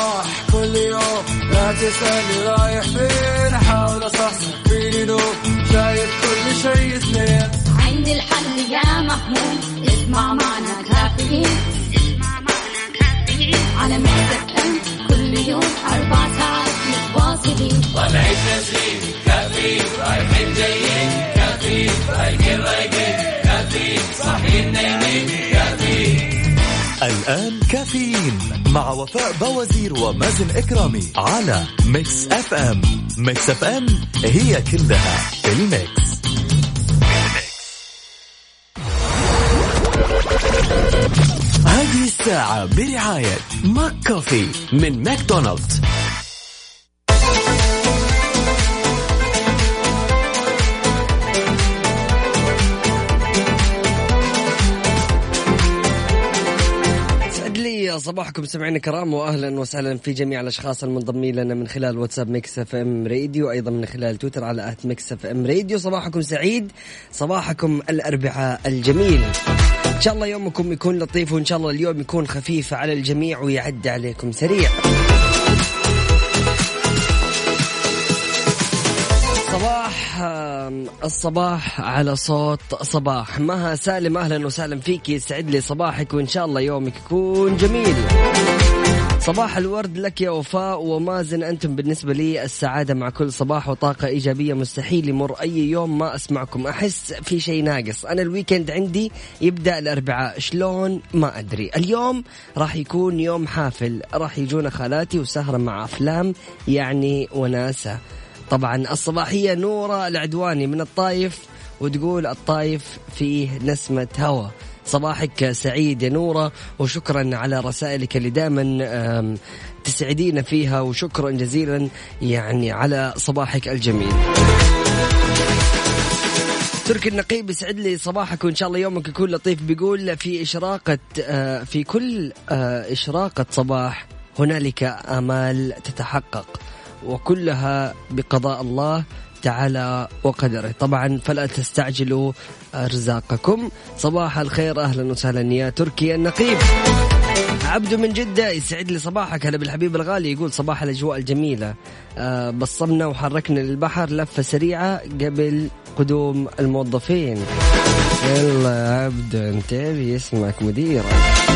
صباح كل يوم لا تسألني رايح فين أحاول أصحصح فيني نوم شايف كل شيء سنين عندي الحل يا محمود اسمع معنا كافيين على مكتب كل يوم 4 ساعات متواصلين طلعت نسرين كافيين رايحين جايين كافيين رايقين كافيين صاحيين نايمين كافيين. الآن كافيين مع وفاء بوازير ومازن إكرامي على ميكس اف ام. ميكس اف ام هي كلها الميكس. هذه الساعة برعاية ماك كوفي من ماكدونالدز. صباحكم سمعنا كرام وأهلا وسهلا في جميع الأشخاص المنضمين لنا من خلال واتساب ميكس اف ام راديو، أيضا من خلال تويتر على @ميكس اف ام راديو. صباحكم سعيد، صباحكم الأربعاء الجميل، إن شاء الله يومكم يكون لطيف وإن شاء الله اليوم يكون خفيف على الجميع ويعد عليكم سريع. الصباح على صوت صباح. مها سالم أهلا وسهلا فيك، يسعد لي صباحك وإن شاء الله يومك يكون جميل. صباح الورد لك يا وفاء ومازن، أنتم بالنسبة لي السعادة مع كل صباح وطاقة إيجابية. مستحيل يمر أي يوم ما أسمعكم، أحس في شيء ناقص. أنا الويكند عندي يبدأ الأربعاء، شلون ما أدري. اليوم راح يكون يوم حافل، راح يجونا خالاتي وسهرة مع أفلام يعني وناسة. طبعا الصباحية نورة العدواني من الطايف وتقول الطايف فيه نسمة هوا. صباحك سعيد يا نورة وشكرا على رسائلك اللي دائما تسعدينا فيها، وشكرا جزيلا يعني على صباحك الجميل. تركي النقيب يسعد لي صباحك وإن شاء الله يومك يكون لطيف. بيقول في كل إشراقة صباح هنالك آمال تتحقق وكلها بقضاء الله تعالى وقدره. طبعا فلا تستعجلوا رزاقكم. صباح الخير، أهلا وسهلا يا تركي النقيب. عبدو من جدة يسعد لي صباحك، هلا بالحبيب الغالي. يقول صباح الأجواء الجميلة، بصمنا وحركنا للبحر لفة سريعة قبل قدوم الموظفين. يلا يا عبدو انت بيسمعك مدير.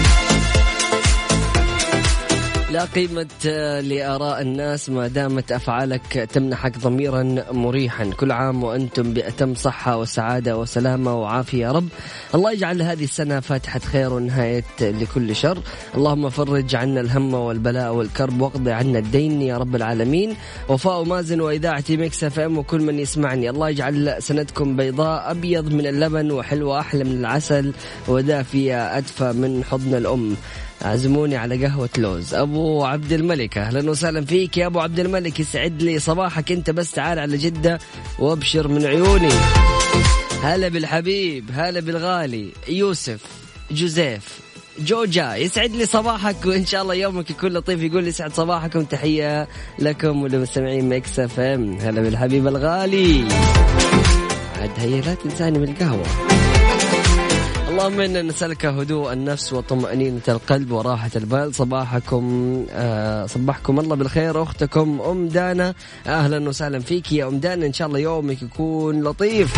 لا قيمة لآراء الناس ما دامت أفعالك تمنحك ضميرا مريحا. كل عام وأنتم بأتم صحة وسعادة وسلامة وعافية يا رب. الله يجعل هذه السنة فاتحة خير ونهاية لكل شر. اللهم فرج عنا الهم والبلاء والكرب واقضي عنا الدين يا رب العالمين. وفاء مازن وإذاعة ميكس اف ام وكل من يسمعني، الله يجعل سنتكم بيضاء أبيض من اللبن وحلوة أحلى من العسل ودافية أدفى من حضن الأم. عزموني على قهوة لوز. أبو عبد الملك أهلا وسهلا فيك يا أبو عبد الملك، يسعد لي صباحك. أنت بس تعال على جدة وابشر من عيوني. هلا بالحبيب، هلا بالغالي يوسف جوزيف جوجا، يسعد لي صباحك وإن شاء الله يومك يكون لطيف. يقول يسعد صباحكم، تحية لكم ولمستمعين ميكس اف ام. هلا بالحبيب الغالي. عاد هي لا تنساني من القهوة. اللهم إنا نسألك هدوء النفس وطمأنينة القلب وراحة البال. صبحكم الله بالخير. أختكم أم دانا أهلا وسهلا فيك يا أم دانا، إن شاء الله يومك يكون لطيف.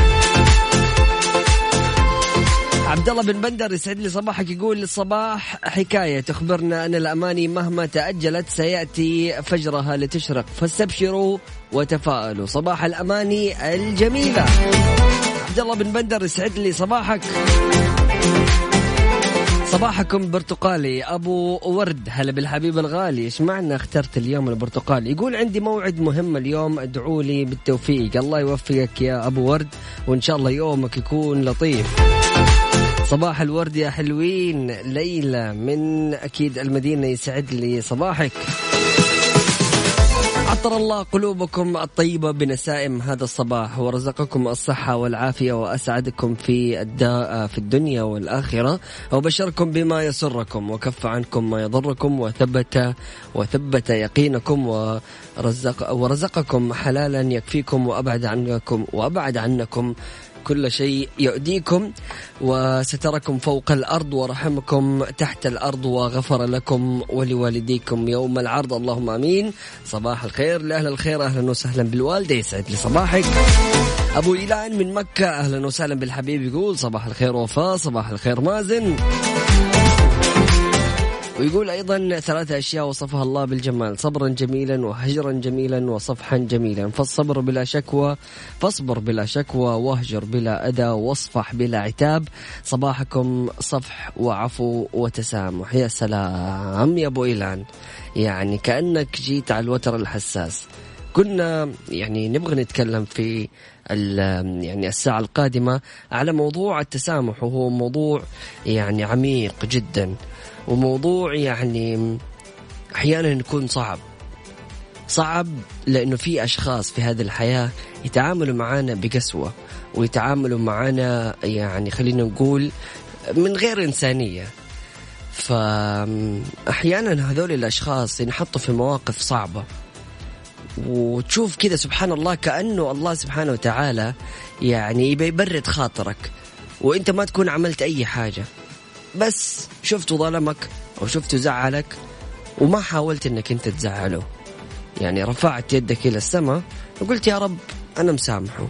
عبد الله بن بندر يسعد لي صباحك، يقول الصباح حكاية تخبرنا أن الأماني مهما تأجلت سيأتي فجرها لتشرق، فاستبشروا وتفاءلوا. صباح الأماني الجميلة. عبد الله بن بندر يسعد لي صباحك. صباحكم برتقالي. أبو ورد هلا بالحبيب الغالي، إيش معنى اخترت اليوم البرتقالي؟ يقول عندي موعد مهم اليوم، ادعوا لي بالتوفيق. الله يوفقك يا أبو ورد وإن شاء الله يومك يكون لطيف. صباح الورد يا حلوين. ليلى من أكيد المدينة يسعد لي صباحك. عطر الله قلوبكم الطيبة بنسائم هذا الصباح ورزقكم الصحة والعافية وأسعدكم في الدنيا والآخرة، وبشركم بما يسركم وكف عنكم ما يضركم وثبت يقينكم ورزقكم حلالا يكفيكم وأبعد عنكم كل شيء يؤديكم وستركم فوق الأرض ورحمكم تحت الأرض وغفر لكم ولوالديكم يوم العرض، اللهم آمين. صباح الخير لأهل الخير، أهلا وسهلا بالوالدة، يسعد لي صباحك. أبو إيلان من مكة أهلا وسهلا بالحبيب، يقول صباح الخير وفاء، صباح الخير مازن. ويقول أيضا 3 أشياء وصفها الله بالجمال: صبرا جميلا وهجرا جميلا وصفحا جميلا. فالصبر بلا شكوى، فاصبر بلا شكوى، واهجر بلا أذى، واصفح بلا عتاب. صباحكم صفح وعفو وتسامح. يا سلام يا أبو إيلان، يعني كأنك جيت على الوتر الحساس. كنا يعني نبغى نتكلم في يعني الساعة القادمة على موضوع التسامح، وهو موضوع يعني عميق جدا، وموضوع يعني أحيانا يكون صعب لأنه في أشخاص في هذه الحياة يتعاملوا معنا بقسوة، ويتعاملوا معنا يعني خلينا نقول من غير إنسانية. فأحيانا هذول الأشخاص ينحطوا في مواقف صعبة، وتشوف كذا سبحان الله كأنه الله سبحانه وتعالى يعني يبرد خاطرك، وإنت ما تكون عملت أي حاجة، بس شفته ظلمك أو شفته زعلك وما حاولت إنك أنت تزعله. يعني رفعت يدك إلى السماء وقلت يا رب أنا مسامحه،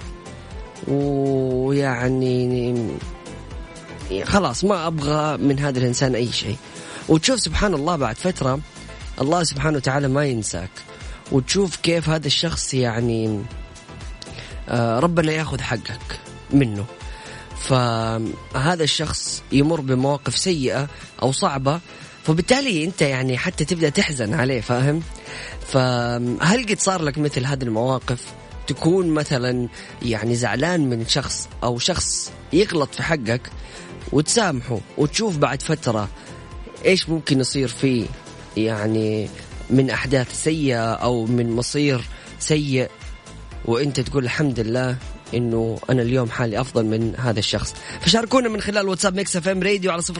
ويعني خلاص ما أبغى من هذا الإنسان أي شيء. وتشوف سبحان الله بعد فترة الله سبحانه وتعالى ما ينساك، وتشوف كيف هذا الشخص يعني ربنا ياخذ حقك منه. فهذا الشخص يمر بمواقف سيئة أو صعبة، فبالتالي أنت يعني حتى تبدأ تحزن عليه، فاهم؟ فهل قد صار لك مثل هذه المواقف، تكون مثلا يعني زعلان من شخص أو شخص يغلط في حقك وتسامحه، وتشوف بعد فترة إيش ممكن يصير فيه يعني من أحداث سيئة أو من مصير سيء، وإنت تقول الحمد لله إنه أنا اليوم حالي أفضل من هذا الشخص؟ فشاركونا من خلال واتساب ميكس اف ام راديو على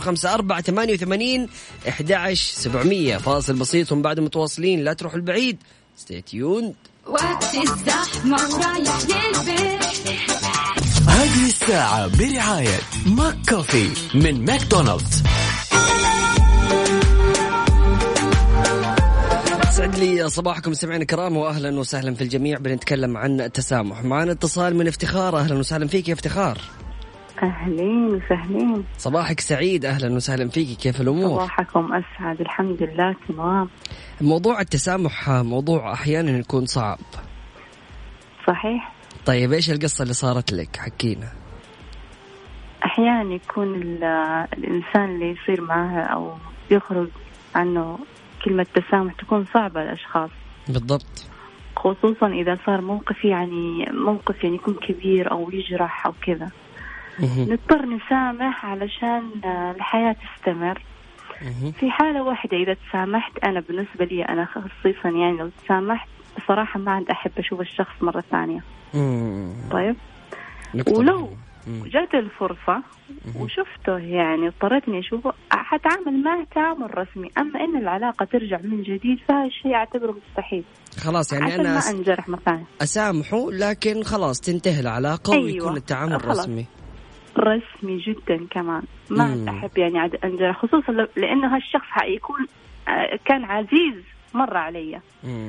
0548811700. فاصل بسيط ومن بعد متواصلين، لا تروحوا البعيد. stay tuned. وقت الزحمة ورايح للبيت. هذه الساعة برعاية ماك كوفي من ماكدونالدز. سعد لي صباحكم سمعنا الكرام، واهلا وسهلا في الجميع. بنتكلم عن التسامح. معنا اتصال من افتخار، اهلا وسهلا فيك يا افتخار. اهلين وسهلين، صباحك سعيد، اهلا وسهلا فيك، كيف الامور؟ صباحكم اسعد، الحمد لله تمام. موضوع التسامح موضوع احيانا يكون صعب. صحيح. طيب ايش القصة اللي صارت لك؟ حكينا. احيانا يكون الانسان اللي يصير معه او يخرج عنه كلمة تسامح تكون صعبة للأشخاص. بالضبط. خصوصا إذا صار موقف يعني يكون كبير أو يجرح أو كذا، نضطر نسامح علشان الحياة تستمر. في حالة واحدة إذا تسامحت، أنا بالنسبة لي أنا خصيصا يعني لو تسامحت بصراحة ما عاد أحب أشوف الشخص مرة ثانية. طيب ولو جات الفرصة وشفته يعني اضطريت إني أشوفه، حتعامل معه تعامل رسمي. أما إن العلاقة ترجع من جديد فهالشيء أعتبره مستحيل. خلاص يعني أنا ما أنجرح مثلا أسامحه، لكن خلاص تنتهي العلاقة. أيوة. ويكون التعامل رسمي جدا كمان. ما أحب يعني عاد أنجرح، خصوصا لأنه هالشخص حيكون كان عزيز مرة علي.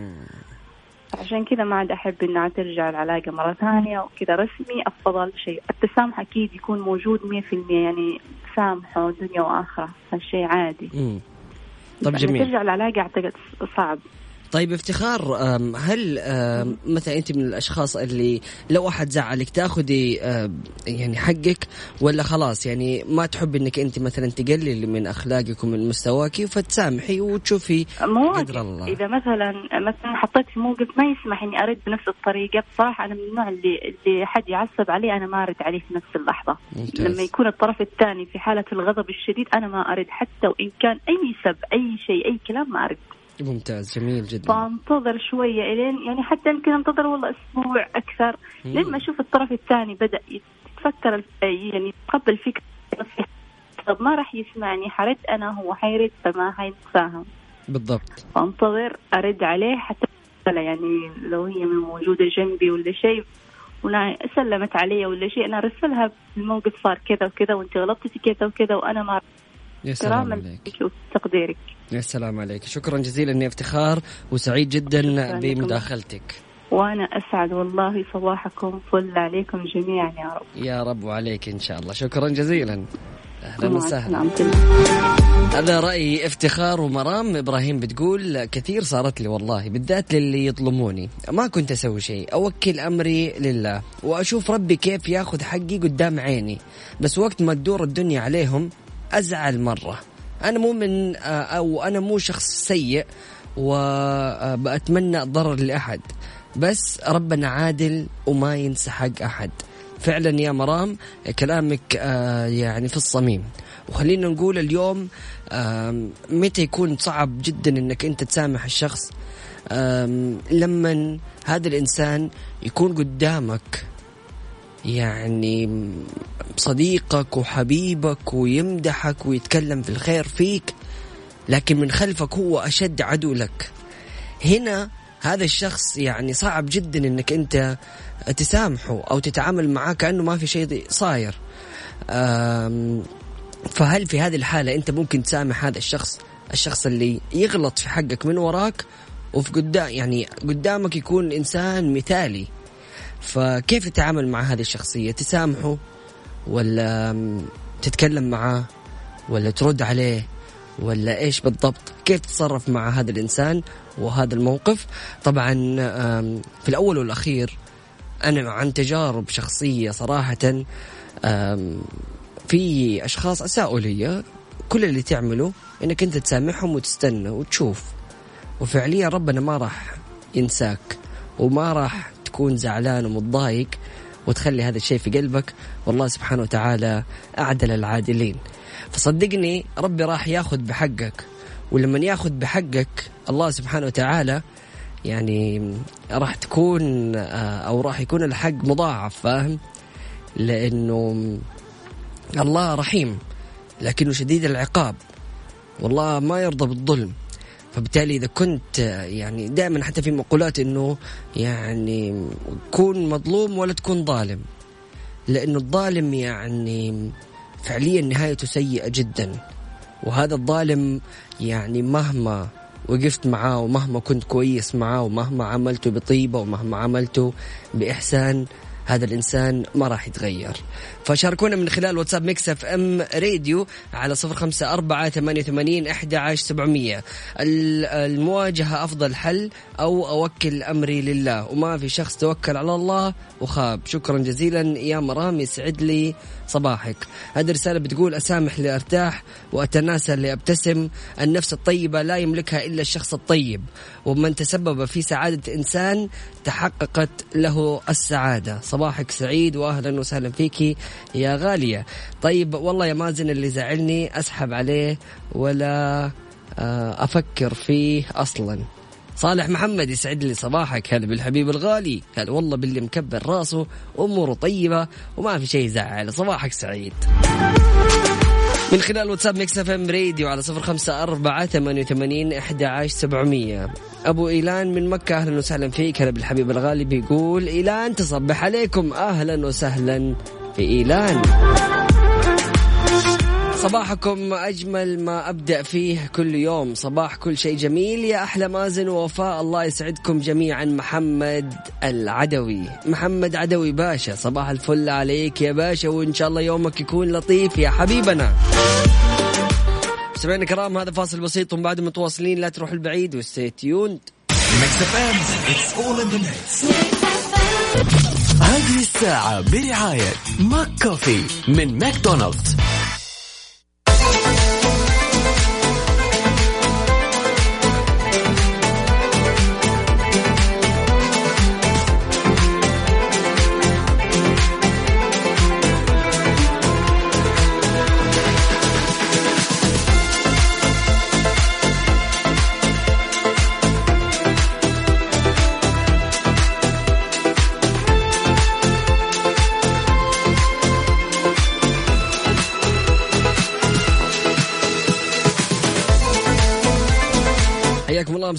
عشان كذا ما عاد أحب إنها ترجع العلاقة مرة ثانية وكذا. رسمي أفضل شيء. التسامح أكيد يكون موجود 100%، يعني سامحه دنيا وآخرة، هالشيء عادي. طيب جميل. ترجع العلاقة أعتقد صعب. طيب افتخار، هل مثلا أنت من الأشخاص اللي لو أحد زعلك تأخذي يعني حقك، ولا خلاص يعني ما تحب إنك أنت مثلا تقلل من أخلاقك ومن مستواك فتسامحي وتشوفي قدر الله؟ إذا مثلا حطيت في موقف ما يسمح إني أرد بنفس الطريقة، بصراحة أنا من النوع اللي حد يعصب عليه أنا ما أرد عليه في نفس اللحظة. ممتاز. لما يكون الطرف الثاني في حالة الغضب الشديد أنا ما أرد، حتى وإن كان أي سب أي شيء أي كلام ما أرد. ممتاز، جميل جدا. فانتظر شوية إلين يعني حتى يمكن انتظر والله أسبوع أكثر لما أشوف الطرف الثاني بدأ يتفكر يعني يتقبل فكرة. طب ما راح يسمعني، حرد أنا هو حيرد، فما حيتفاهم. بالضبط. فانتظر أرد عليه حتى يعني لو هي من موجودة جنبي ولا شيء، سلمت علي ولا شيء، أنا أرسلها الموقف صار كذا وكذا وأنت غلطتي في كذا وكذا وأنا ما. يا سلام عليك وتقديرك. يا سلام عليك، شكرا جزيلا، إني افتخار وسعيد جدا بمداخلتك. وأنا أسعد والله، صباحكم فل عليكم جميعا يا رب. يا رب وعليك إن شاء الله، شكرا جزيلا، أهلا وسهلا. هذا رأيي افتخار. ومرام إبراهيم بتقول كثير صارت لي والله، بالذات للي يظلموني، ما كنت أسوي شيء، أوكل أمري لله وأشوف ربي كيف ياخذ حقي قدام عيني، بس وقت ما تدور الدنيا عليهم أزعل مرة. أنا مو من أو أنا مو شخص سيء وبأتمنى الضرر لأحد، بس ربنا عادل وما ينسى حق أحد. فعلا يا مرام كلامك يعني في الصميم. وخلينا نقول اليوم متى يكون صعب جدا انك انت تسامح الشخص؟ لما هذا الانسان يكون قدامك يعني صديقك وحبيبك ويمدحك ويتكلم في الخير فيك، لكن من خلفك هو أشد عدو لك. هنا هذا الشخص يعني صعب جدا انك انت تسامحه او تتعامل معاه كأنه ما في شيء صاير. فهل في هذه الحالة انت ممكن تسامح هذا الشخص اللي يغلط في حقك من وراك وفي قدامك يكون انسان مثالي؟ فكيف تتعامل مع هذه الشخصية؟ تسامحه ولا تتكلم معاه ولا ترد عليه ولا إيش بالضبط؟ كيف تتصرف مع هذا الإنسان وهذا الموقف؟ طبعا في الأول والأخير أنا عن تجارب شخصية صراحة، في أشخاص أساءوا لي، كل اللي تعمله إنك أنت تسامحهم وتستنى وتشوف، وفعليا ربنا ما راح ينساك وما راح تكون زعلان ومتضايق وتخلي هذا الشيء في قلبك، والله سبحانه وتعالى أعدل العادلين. فصدقني ربي راح ياخذ بحقك، ولما ياخذ بحقك الله سبحانه وتعالى يعني راح تكون أو راح يكون الحق مضاعف، فاهم؟ لأنه الله رحيم لكنه شديد العقاب، والله ما يرضى بالظلم. فبالتالي إذا كنت يعني دائما حتى في مقولات إنه يعني كون مظلوم ولا تكون ظالم، لأنه الظالم يعني فعليا نهايته سيئة جدا، وهذا الظالم يعني مهما وقفت معاه ومهما كنت كويس معاه ومهما عملته بطيبة ومهما عملته بإحسان، هذا الإنسان ما راح يتغير. فشاركونا من خلال واتساب ميكس اف ام راديو على 0548811700. المواجهة أفضل حل أو أوكل أمري لله؟ وما في شخص توكل على الله وخاب. شكرا جزيلا يا مرام، يسعد لي صباحك. هذه رسالة بتقول أسامح لأرتاح وأتناسى لأبتسم، النفس الطيبة لا يملكها إلا الشخص الطيب، ومن تسبب في سعادة إنسان تحققت له السعادة. صباحك سعيد وأهلا وسهلا فيكي يا غالية. طيب والله يا مازن اللي زعلني أسحب عليه ولا أفكر فيه أصلا. صالح محمد يسعد لي صباحك، هلا بالحبيب الغالي، هلا والله باللي مكبر راسه أموره طيبة وما في شيء زعل. صباحك سعيد من خلال واتساب ميكس اف ام راديو على 0548811700. أبو إيلان من مكة أهلا وسهلا فيك، هلا بالحبيب الغالي. بيقول إيلان تصبح عليكم، أهلا وسهلا في إيلان. صباحكم أجمل ما أبدأ فيه كل يوم، صباح كل شيء جميل يا أحلى مازن ووفاء، الله يسعدكم جميعا. محمد العدوي، محمد عدوي باشا، صباح الفل عليك يا باشا، وإن شاء الله يومك يكون لطيف يا حبيبنا. سمعنا كرام، هذا فاصل بسيط ومن بعد متواصلين، لا تروح البعيد وستي تيوند. هذه الساعة برعاية ماك كوفي من ماكدونالدز.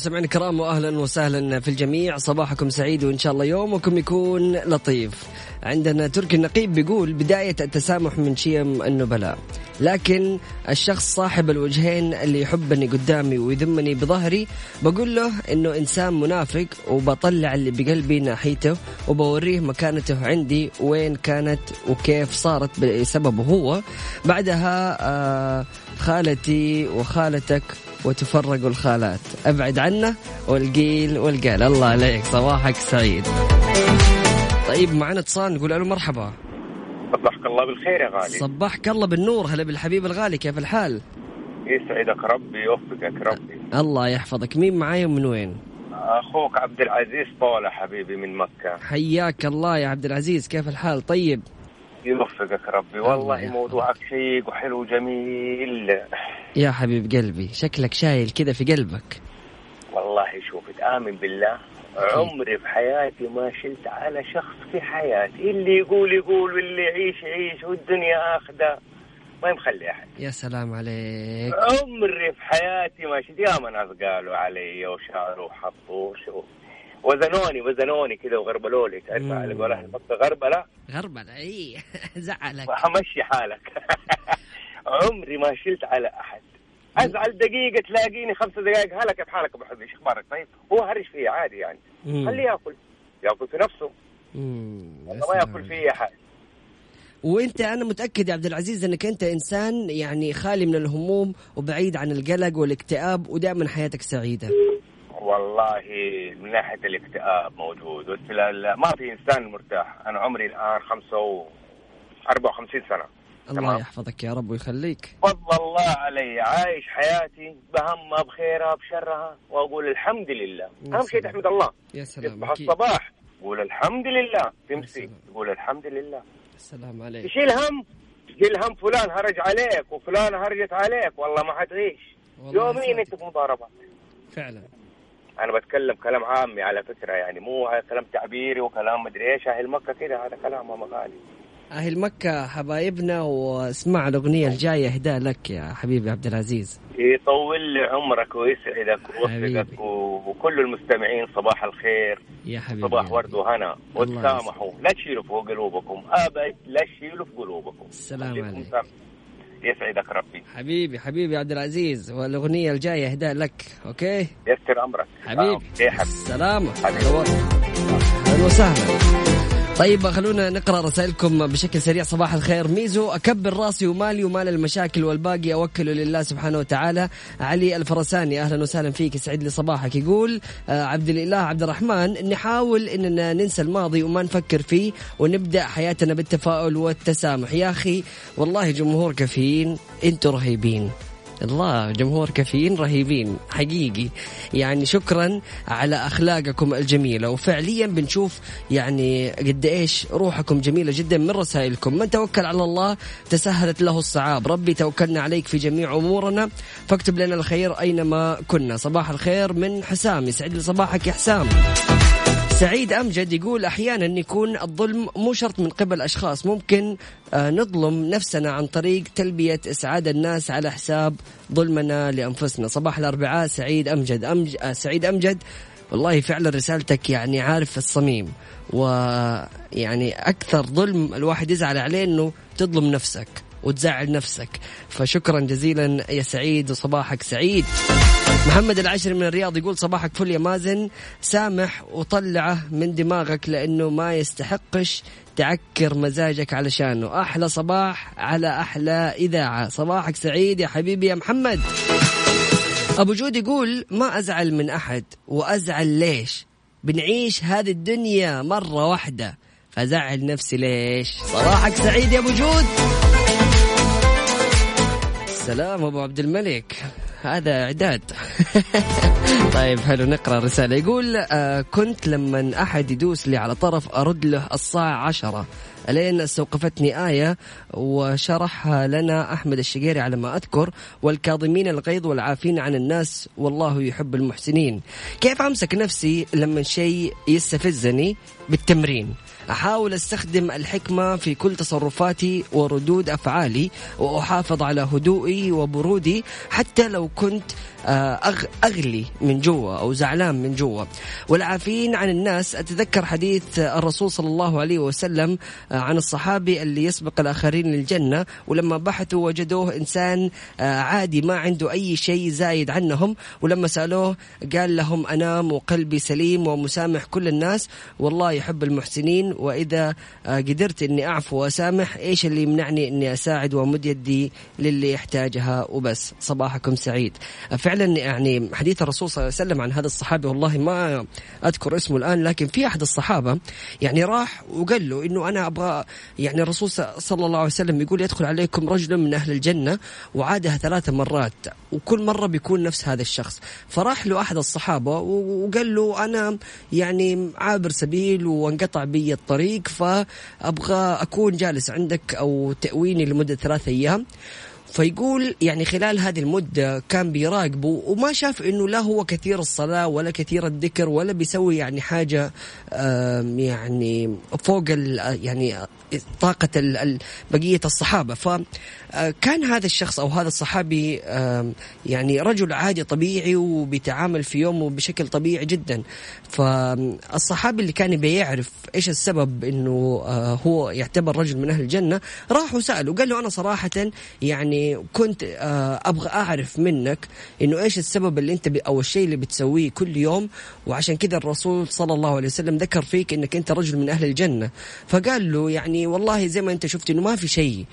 مستمعين الكرام وأهلا وسهلا في الجميع، صباحكم سعيد وإن شاء الله يومكم يكون لطيف. عندنا تركي النقيب بيقول بداية التسامح من شيم النبلاء، لكن الشخص صاحب الوجهين اللي يحبني قدامي ويذمني بظهري بقول له إنه إنسان منافق، وبطلع اللي بقلبي ناحيته وبوريه مكانته عندي وين كانت وكيف صارت بسببه هو. بعدها خالتي وخالتك وتفرقوا الخالات، أبعد عنه والقيل والقال. الله عليك، صباحك سعيد. طيب معنا اتصال، نقول له مرحبا. صباحك الله بالخير يا غالي. صباحك الله بالنور، هلا بالحبيب الغالي، كيف الحال؟ يسعدك ربي يوفقك ربي. الله يحفظك. مين معاي ومن وين؟ أخوك عبد العزيز طالع حبيبي من مكة. حياك الله يا عبد العزيز، كيف الحال؟ طيب يوفقك ربي. والله موضوعك شيق وحلو جميل يا حبيب قلبي، شكلك شايل كذا في قلبك. والله شوف تآمن بالله، عمري في حياتي ما شلت على شخص في حياتي، اللي يقول يقول واللي يعيش يعيش والدنيا آخذة، ما مخلي أحد. يا سلام عليك. عمري في حياتي ما شلت. يا من قالوا علي وشاروا وحطوا وزنوني كذا وغربلولي، تعرف على قولها المكة غربلة اي زعلك وحمشي حالك. عمري ما شلت على أحد. أزعل دقيقة تلاقيني 5 دقائق، هلا كيف حالك أبو حبيبي، إيش أخبارك؟ طيب هو هرش فيه عادي يعني، خليه يأكل في نفسه، والله ما يأكل فيه أحد. وانت انا متأكد يا عبد العزيز انك انت انسان يعني خالي من الهموم وبعيد عن القلق والاكتئاب، ودائما حياتك سعيدة. والله من ناحية الاكتئاب موجود، بس ما في إنسان مرتاح. أنا عمري الآن 54 سنة. الله يحفظك يا رب ويخليك. فضل الله علي، عايش حياتي بهمها بخيرها بشرها، وأقول الحمد لله. أهم شيء تحمد الله. يا سلام. تصبح الصباح قول الحمد لله، تمسي تقول الحمد لله. السلام عليك. تشيل هم فلان هرج عليك وفلان هرجت عليك، والله ما حتعيش يومين انت في مضاربات. فعلا انا بتكلم كلام عامي على فكرة، يعني مو كلام تعبيري وكلام مدري ايش. اهل مكة كده، هذا كلام مغالي. أهل مكة حبايبنا، واسمع الأغنية الجاية إهداء لك يا حبيبي عبد العزيز. يطول لي عمرك ويسعدك ووفقك وكل المستمعين. صباح الخير يا حبيبي، صباح ورد وهنا، وتسامحوا، لا تشيلوا فوق قلوبكم أبد، لا تشيلوا في قلوبكم. السلام عليك، يسعدك ربي. حبيبي عبد العزيز، والأغنية الجاية إهداء لك. أوكي يسر أمرك حبيبي. سلامة، أهلا وسهلا. طيب خلونا نقرأ رسائلكم بشكل سريع. صباح الخير ميزو، أكبر راسي ومالي ومال المشاكل والباقي أوكله لله سبحانه وتعالى. علي الفرساني أهلا وسهلا فيك، يسعد لي صباحك. يقول عبد الإله عبد الرحمن، نحاول إننا ننسى الماضي وما نفكر فيه ونبدأ حياتنا بالتفاؤل والتسامح. يا أخي والله جمهور كافيين انتوا رهيبين، الله جمهور كافيين رهيبين حقيقي. يعني شكرا على أخلاقكم الجميلة، وفعليا بنشوف يعني قد إيش روحكم جميلة جدا من رسائلكم. من توكل على الله تسهلت له الصعاب، ربي توكلنا عليك في جميع أمورنا فاكتب لنا الخير أينما كنا. صباح الخير من حسام، يسعد لي صباحك يا حسام. سعيد أمجد يقول أحيانا يكون الظلم مو شرط من قبل أشخاص، ممكن نظلم نفسنا عن طريق تلبية إسعاد الناس على حساب ظلمنا لأنفسنا. صباح الأربعاء سعيد أمجد والله فعلا رسالتك يعني عارف الصميم، ويعني أكثر ظلم الواحد يزعل عليه أنه تظلم نفسك وتزعل نفسك، فشكرا جزيلا يا سعيد وصباحك سعيد. محمد العشري من الرياض يقول صباحك فل يا مازن، سامح وطلعه من دماغك لأنه ما يستحقش تعكر مزاجك علشانه. أحلى صباح على أحلى إذاعة. صباحك سعيد يا حبيبي يا محمد. أبو جود يقول ما أزعل من أحد، وأزعل ليش؟ بنعيش هذه الدنيا مرة واحدة، فزعل نفسي ليش؟ صباحك سعيد يا أبو جود. سلام أبو عبد الملك، هذا إعداد. طيب حلو، نقرأ رسالة. يقول كنت لما أحد يدوس لي على طرف أرد له الصاع 10، لين استوقفتني آية وشرحها لنا أحمد الشقيري على ما أذكر: والكاظمين الغيظ والعافين عن الناس والله يحب المحسنين. كيف أمسك نفسي لما شيء يستفزني؟ بالتمرين. أحاول أستخدم الحكمة في كل تصرفاتي وردود أفعالي، وأحافظ على هدوئي وبرودي حتى لو كنت أغلي من جوا أو زعلان من جوا. والعافين عن الناس، أتذكر حديث الرسول صلى الله عليه وسلم عن الصحابي اللي يسبق الآخرين للجنة، ولما بحثوا وجدوه إنسان عادي ما عنده أي شيء زايد عنهم، ولما سألوه قال لهم: أنام وقلبي سليم ومسامح كل الناس والله يحب المحسنين، وإذا قدرت أني أعفو وأسامح إيش اللي يمنعني أني أساعد ومد يدي للي يحتاجها وبس. صباحكم سعيد. فعلا يعني حديث الرسول صلى الله عليه وسلم عن هذا الصحابي، والله ما أذكر اسمه الآن، لكن في أحد الصحابة يعني راح وقال له إنه أنا أبغى، يعني الرسول صلى الله عليه وسلم يقول: يدخل عليكم رجل من أهل الجنة، وعادها 3 مرات وكل مرة بيكون نفس هذا الشخص. فراح له أحد الصحابة وقال له: أنا يعني عابر سبيل وانقطع بي الطريق، فأبغى أكون جالس عندك أو تأويني لمدة 3 أيام. فيقول يعني خلال هذه المدة كان بيراقبه وما شاف إنه لا هو كثير الصلاة ولا كثير الذكر ولا بيسوي يعني حاجة يعني فوق يعني طاقة بقية الصحابة. فكان هذا الشخص أو هذا الصحابي يعني رجل عادي طبيعي وبيتعامل في يومه بشكل طبيعي جدا. فالصحابي اللي كان بيعرف إيش السبب إنه هو يعتبر رجل من أهل الجنة راح وسأله وقال له: أنا صراحة يعني كنت أبغى أعرف منك إنه إيش السبب اللي أنت أو الشيء اللي بتسويه كل يوم، وعشان كذا الرسول صلى الله عليه وسلم ذكر فيك إنك أنت رجل من أهل الجنة. فقال له: يعني والله زي ما أنت شفت إنه ما في شيء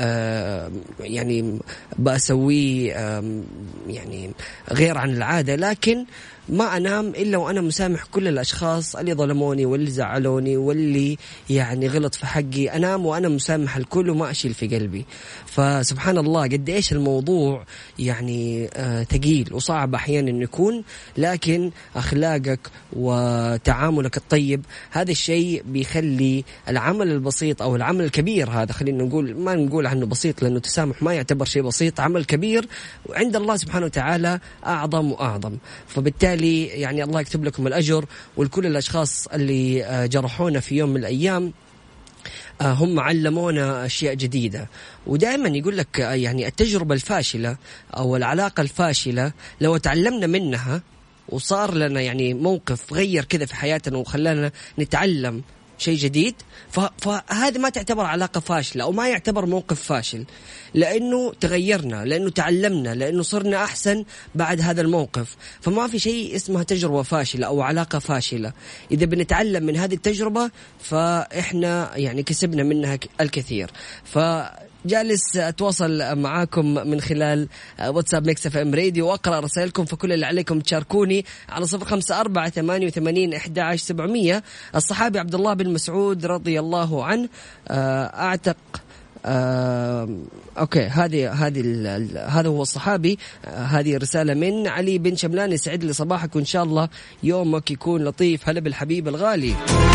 يعني بسويه يعني غير عن العادة، لكن ما أنام إلا وأنا مسامح كل الأشخاص اللي ظلموني واللي زعلوني واللي يعني غلط في حقي. أنام وأنا مسامح الكل وما أشيل في قلبي. فسبحان الله قد إيش الموضوع يعني ثقيل وصعب أحيانا أن يكون، لكن أخلاقك وتعاملك الطيب هذا الشيء بيخلي العمل البسيط أو العمل الكبير هذا، خلينا نقول ما نقول عنه بسيط لأنه تسامح ما يعتبر شيء بسيط، عمل كبير وعند الله سبحانه وتعالى أعظم وأعظم. فبالتالي يعني الله يكتب لكم الأجر. ولكل الأشخاص اللي جرحونا في يوم من الأيام هم علمونا أشياء جديدة. ودائما يقول لك يعني التجربة الفاشلة أو العلاقة الفاشلة لو تعلمنا منها وصار لنا يعني موقف غير كذا في حياتنا وخلانا نتعلم شيء جديد، فهذا ما تعتبر علاقة فاشلة أو ما يعتبر موقف فاشل، لأنه تغيرنا، لأنه تعلمنا، لأنه صرنا أحسن بعد هذا الموقف. فما في شيء اسمها تجربة فاشلة أو علاقة فاشلة. إذا بنتعلم من هذه التجربة فإحنا يعني كسبنا منها الكثير. جالس أتواصل معاكم من خلال واتساب ميكس اف ام راديو وأقرأ رسائلكم، فكل اللي عليكم تشاركوني على 0548811700. الصحابي عبد الله بن مسعود رضي الله عنه أعتق أوكي هذا هو الصحابي. هذه رسالة من علي بن شملان: يسعد لي صباحك وإن شاء الله يومك يكون لطيف. هلا بالحبيب الغالي.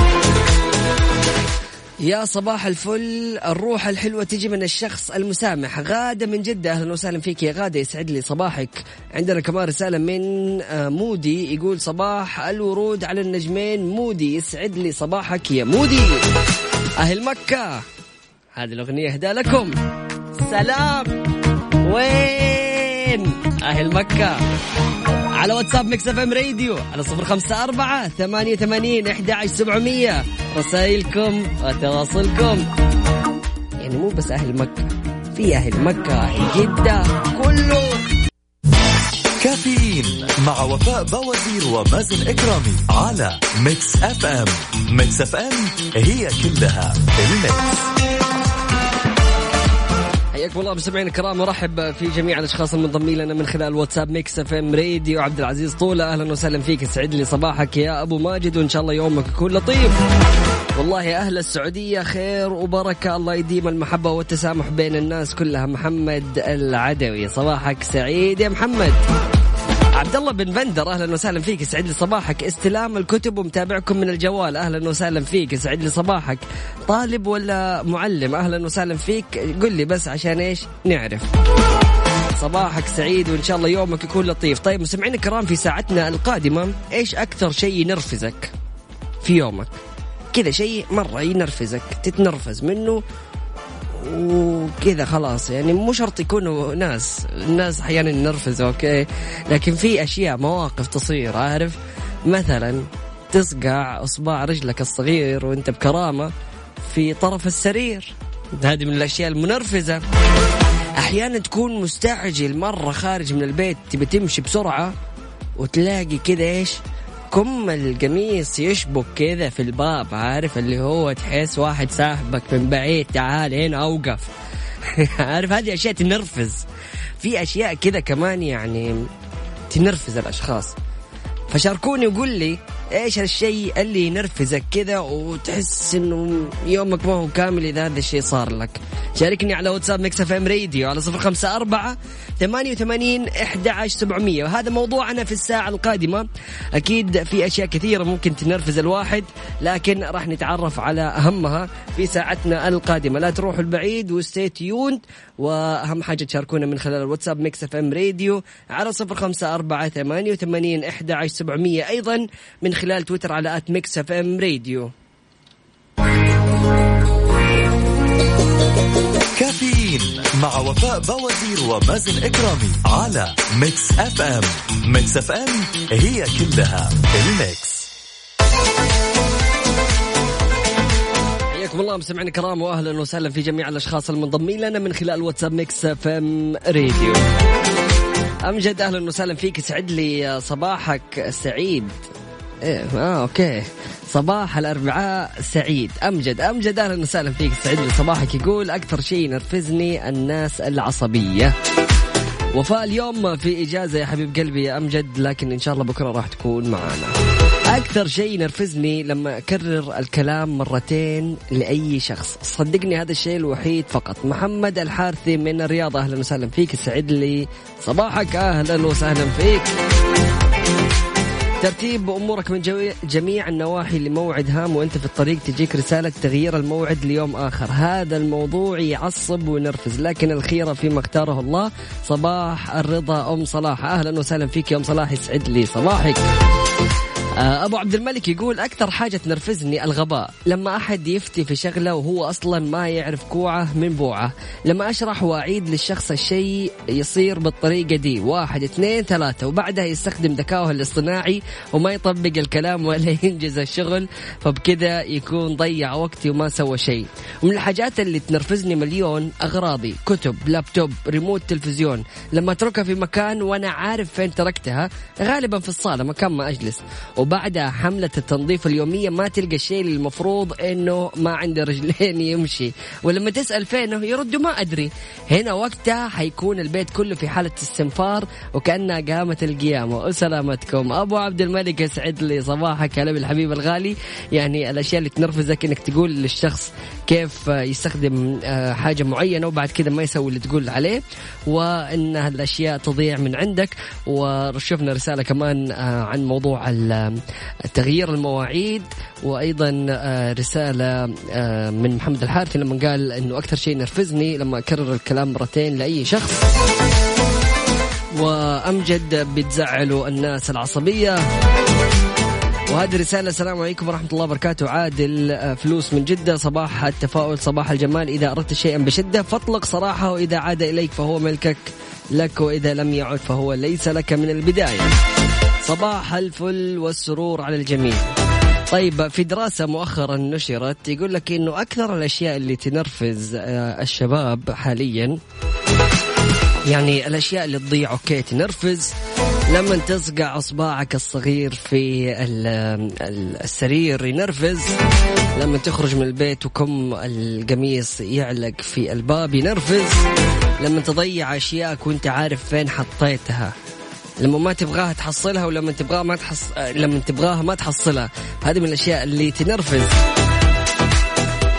يا صباح الفل، الروح الحلوة تجي من الشخص المسامح. غادة من جدة، أهلا وسهلا فيك يا غادة، يسعد لي صباحك. عندنا كمان رسالة من مودي يقول: صباح الورود على النجمين. مودي يسعد لي صباحك يا مودي. أهل مكة، هذه الأغنية هدا لكم. سلام وين أهل مكة؟ على واتساب ميكس اف ام راديو على 0548811700 رسائلكم وتواصلكم. يعني مو بس أهل مكة، في أهل مكة، أهل جدة، كله. كافيين مع وفاء بوازير ومازن إكرامي على ميكس اف ام. ميكس اف ام هي كلها الميكس. حياكم الله مستمعينا الكرام، ورحب في جميع الاشخاص المنضمين لنا من خلال واتساب ميكس اف ام راديو. عبد العزيز طولة، اهلا وسهلا فيك، يسعد لي صباحك يا ابو ماجد، وان شاء الله يومك يكون لطيف. والله اهل السعوديه خير وبركه، الله يديم المحبه والتسامح بين الناس كلها. محمد العدوي، صباحك سعيد يا محمد. عبد الله بن بندر اهلا وسهلا فيك، يسعد لي صباحك. استلام الكتب ومتابعكم من الجوال، اهلا وسهلا فيك، يسعد لي صباحك. طالب ولا معلم؟ اهلا وسهلا فيك، قل لي بس عشان ايش نعرف. صباحك سعيد وان شاء الله يومك يكون لطيف. طيب مستمعينا الكرام، في ساعتنا القادمه ايش اكثر شيء ينرفزك في يومك؟ كذا شيء مره ينرفزك، تتنرفز منه وكذا خلاص، يعني مو شرط يكونوا الناس احيانا ينرفزوا اوكي، لكن في اشياء مواقف تصير، عارف مثلا تصقع اصبع رجلك الصغير وانت بكرامه في طرف السرير، هذه من الاشياء المنرفزه. احيانا تكون مستعجل مره خارج من البيت، تبي تمشي بسرعه وتلاقي كذا ايش، كم القميص يشبك كذا في الباب، عارف اللي هو تحس واحد ساحبك من بعيد، تعال هنا اوقف. عارف هذه اشياء تنرفز. في اشياء كذا كمان يعني تنرفز الاشخاص، فشاركوني وقول لي ايش الشيء اللي ينرفزك كذا وتحس انه يومك ما هو كامل اذا هذا الشيء صار لك. شاركني على واتساب ميكس اف ام راديو على 0548811700، وهذا موضوعنا في الساعة القادمة. اكيد في اشياء كثيرة ممكن تنرفز الواحد، لكن راح نتعرف على اهمها في ساعتنا القادمة. لا تروحوا البعيد وستي تيوند، واهم حاجة تشاركونا من خلال الواتساب ميكس اف ام راديو على 0548811700، ايضا من خلال تويتر على @ميكس اف ام راديو. كافيين مع وفاء بوازير ومازن إكرامي على ميكس اف ام. ميكس اف ام هي كلها الميكس. حياكم الله مستمعينا الكرام، واهلا وسهلا في جميع الاشخاص المنضمين لنا من خلال واتساب ميكس اف ام راديو. امجد اهلا وسهلا فيك، يسعد لي صباحك سعيد. اوكي، صباح الاربعاء سعيد. امجد اهلا وسهلا فيك، سعيد لي صباحك. يقول اكثر شيء ينرفزني الناس العصبيه. وفاء اليوم في اجازه يا حبيب قلبي يا امجد، لكن ان شاء الله بكره راح تكون معنا. اكثر شيء ينرفزني لما اكرر الكلام مرتين لاي شخص، صدقني هذا الشيء الوحيد فقط. محمد الحارثي من الرياض اهلا وسهلا فيك، يسعد لي صباحك، اهلا وسهلا فيك. ترتيب أمورك من جميع النواحي لموعد هام وأنت في الطريق تجيك رسالة تغيير الموعد ليوم آخر، هذا الموضوع يعصب وينرفز، لكن الخيرة فيما اختاره الله. صباح الرضا أم صلاح أهلا وسهلا فيك يا أم صلاح، يسعد لي صباحك. أبو عبد الملك يقول أكثر حاجة تنرفزني الغباء، لما أحد يفتي في شغلة وهو أصلا ما يعرف كوعه من بوعه، لما أشرح وأعيد للشخص الشيء يصير بالطريقة دي 1 2 3 وبعدها يستخدم ذكاؤه الاصطناعي وما يطبق الكلام ولا ينجز الشغل، فبكذا يكون ضيع وقتي وما سوى شيء. ومن الحاجات اللي تنرفزني مليون أغراضي، كتب، لابتوب، ريموت تلفزيون، لما أتركها في مكان وأنا عارف فين تركتها، غالبا في الصالة مكان ما أجلس، وبعدها حملة التنظيف اليومية ما تلقى الشيء اللي المفروض انه ما عنده رجلين يمشي، ولما تسأل فينه يردوا ما ادري. هنا وقتها حيكون البيت كله في حالة استنفار وكأنها قامت القيامة. وسلامتكم ابو عبد الملك، يسعد لي صباحك هلا بالحبيب الغالي. يعني الاشياء اللي تنرفزك انك تقول للشخص كيف يستخدم حاجة معينة وبعد كده ما يسوي اللي تقول عليه، وان الاشياء تضيع من عندك. وشوفنا رسالة كمان عن موضوع تغيير المواعيد، وأيضا رسالة من محمد الحارثي لما قال أنه أكثر شيء نرفزني لما أكرر الكلام مرتين لأي شخص. وأمجد بتزعلوا الناس العصبية. وهذه رسالة السلام عليكم ورحمة الله وبركاته، عادل فلوس من جدة، صباح التفاؤل صباح الجمال، إذا أردت شيئا بشدة فاطلق صراحة، وإذا عاد إليك فهو ملكك لك، وإذا لم يعد فهو ليس لك من البداية. صباح الفل والسرور على الجميع. طيب في دراسة مؤخرا نشرت يقول لك إنه أكثر الأشياء اللي تنرفز الشباب حاليا، يعني الأشياء اللي تضيع أوكي تنرفز، لما تصقع أصبعك الصغير في السرير ينرفز، لما تخرج من البيت وكم القميص يعلق في الباب ينرفز، لما تضيع أشياءك وانت عارف فين حطيتها، لما ما تبغاها تحصلها، ولما تبغاها لما تبغاها ما تحصلها. هذه من الأشياء اللي تنرفز.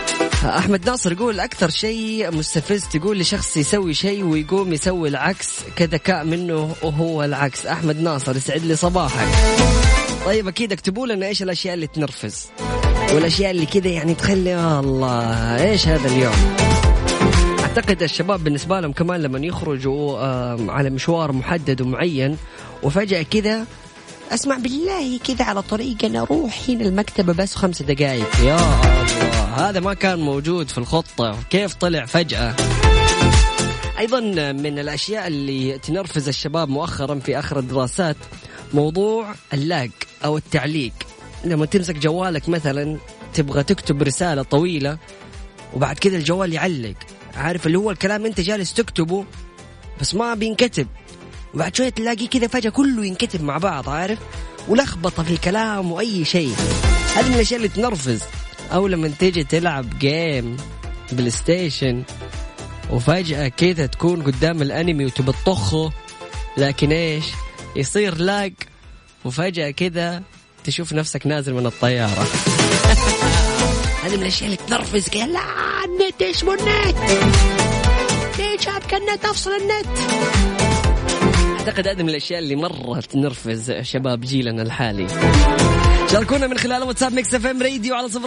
أحمد ناصر يقول أكثر شيء مستفز تقول لشخص يسوي شيء ويقوم يسوي العكس كذكاء منه وهو العكس. أحمد ناصر يسعد لي صباحك. طيب أكيد اكتبوا لنا إيش الأشياء اللي تنرفز والأشياء اللي كذا يعني تخلي الله إيش هذا اليوم. أعتقد الشباب بالنسبة لهم كمان لما يخرجوا على مشوار محدد ومعين وفجأة كذا أسمع بالله كذا على طريق أنا أروح هنا المكتبة بس 5 دقائق. يا الله هذا ما كان موجود في الخطة كيف طلع فجأة. أيضا من الأشياء اللي تنرفز الشباب مؤخرا في آخر الدراسات موضوع اللاج أو التعليق. لما تمسك جوالك مثلا تبغى تكتب رسالة طويلة وبعد كذا الجوال يعلق، عارف اللي هو الكلام أنت جالس تكتبه بس ما بينكتب، وبعد شوية تلاقي كذا فجأة كله ينكتب مع بعض، عارف، ولخبطة في الكلام وأي شيء. هذه من الأشياء اللي تنرفز. أو لما تيجي تلعب جيم بلاي ستيشن وفجأة كذا تكون قدام الأنمي وتبطخه لكن إيش يصير لاج وفجأة كذا تشوف نفسك نازل من الطيارة. هذه من الأشياء اللي تنرفز. كذا لا النت إيش مو النت ليش هابك النت أفصل النت. أعتقد هذه من الأشياء اللي مرة تنرفز شباب جيلنا الحالي. شاركونا من خلال واتساب ميكس اف ام راديو على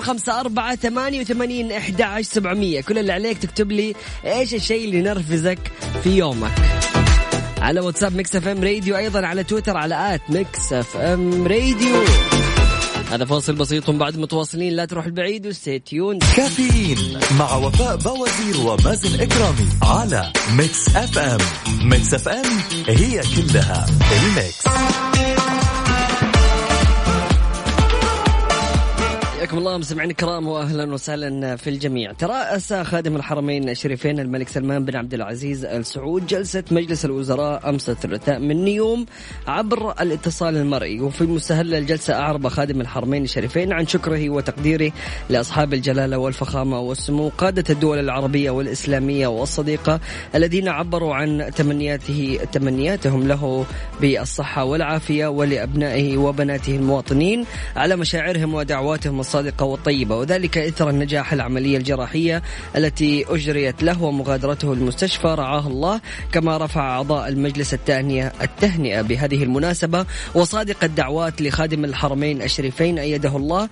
0548811700. كل اللي عليك تكتب لي ايش الشيء اللي نرفزك في يومك على واتساب ميكس اف ام راديو. ايضا على تويتر على @ميكس اف ام راديو. هذا فاصل بسيط بعد متواصلين لا تروح البعيد وستيون. كافيين مع وفاء بوازير ومازن إكرامي على ميكس اف ام. ميكس اف ام هي كلها الميكس. حياكم الله مستمعين الكرام واهلا وسهلا في الجميع. ترأس خادم الحرمين الشريفين الملك سلمان بن عبد العزيز آل سعود جلسة مجلس الوزراء أمس الثلاثاء من يوم عبر الاتصال المرئي. وفي مستهل الجلسة أعرب خادم الحرمين الشريفين عن شكره وتقديره لأصحاب الجلالة والفخامة والسمو قادة الدول العربية والإسلامية والصديقة الذين عبروا عن تمنياتهم له بالصحة والعافية ولأبنائه وبناته المواطنين على مشاعرهم ودعواتهم الصادقة والطيبة، وذلك إثر النجاح العملية الجراحية التي أجريت له ومغادرته المستشفى رعاه الله. كما رفع أعضاء المجلس التهنئة بهذه المناسبة وصادق الدعوات لخادم الحرمين الشريفين أيده الله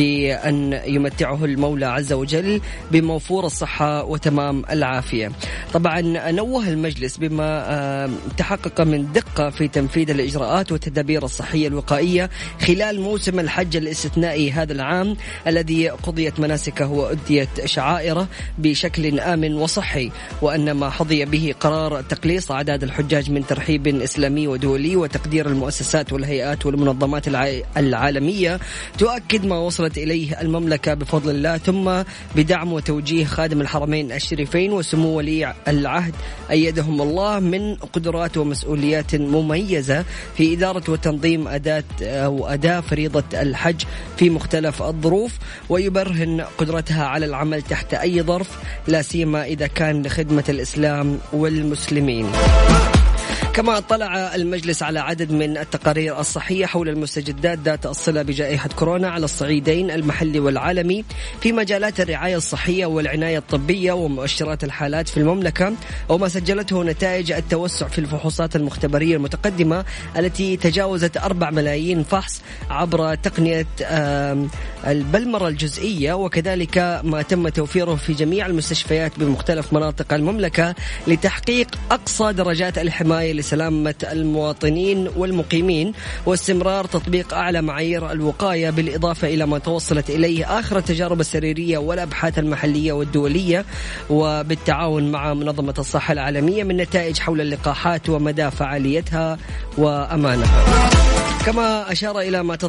بأن يمتعه المولى عز وجل بموفور الصحة وتمام العافية. طبعا نوه المجلس بما تحقق من دقة في تنفيذ الإجراءات والتدابير الصحية الوقائية خلال موسم الحج الاستثنائي هذا العام الذي قضيت مناسكه وأديت شعائره بشكل آمن وصحي، وأن ما حظي به قرار تقليص أعداد الحجاج من ترحيب إسلامي ودولي وتقدير المؤسسات والهيئات والمنظمات العالمية تؤكد ما وصلت إليه المملكة بفضل الله، ثم بدعم وتوجيه خادم الحرمين الشريفين وسمو ولي العهد أيدهم الله من قدرات ومسؤوليات مميزة في إدارة وتنظيم أداء فريضة الحج في مختلف الظروف، ويبرهن قدرتها على العمل تحت أي ظرف لا سيما إذا كان لخدمة الإسلام والمسلمين. كما اطلع المجلس على عدد من التقارير الصحية حول المستجدات ذات الصلة بجائحة كورونا على الصعيدين المحلي والعالمي في مجالات الرعاية الصحية والعناية الطبية ومؤشرات الحالات في المملكة، وما سجلته نتائج التوسع في الفحوصات المختبرية المتقدمة التي تجاوزت 4 ملايين فحص عبر تقنية البلمرة الجزئية، وكذلك ما تم توفيره في جميع المستشفيات بمختلف مناطق المملكة لتحقيق أقصى درجات الحماية لسلامة المواطنين والمقيمين واستمرار تطبيق أعلى معايير الوقاية، بالإضافة إلى ما توصلت إليه آخر التجارب السريرية والأبحاث المحلية والدولية وبالتعاون مع منظمة الصحة العالمية من نتائج حول اللقاحات ومدى فعاليتها وأمانها. كما أشار إلى ما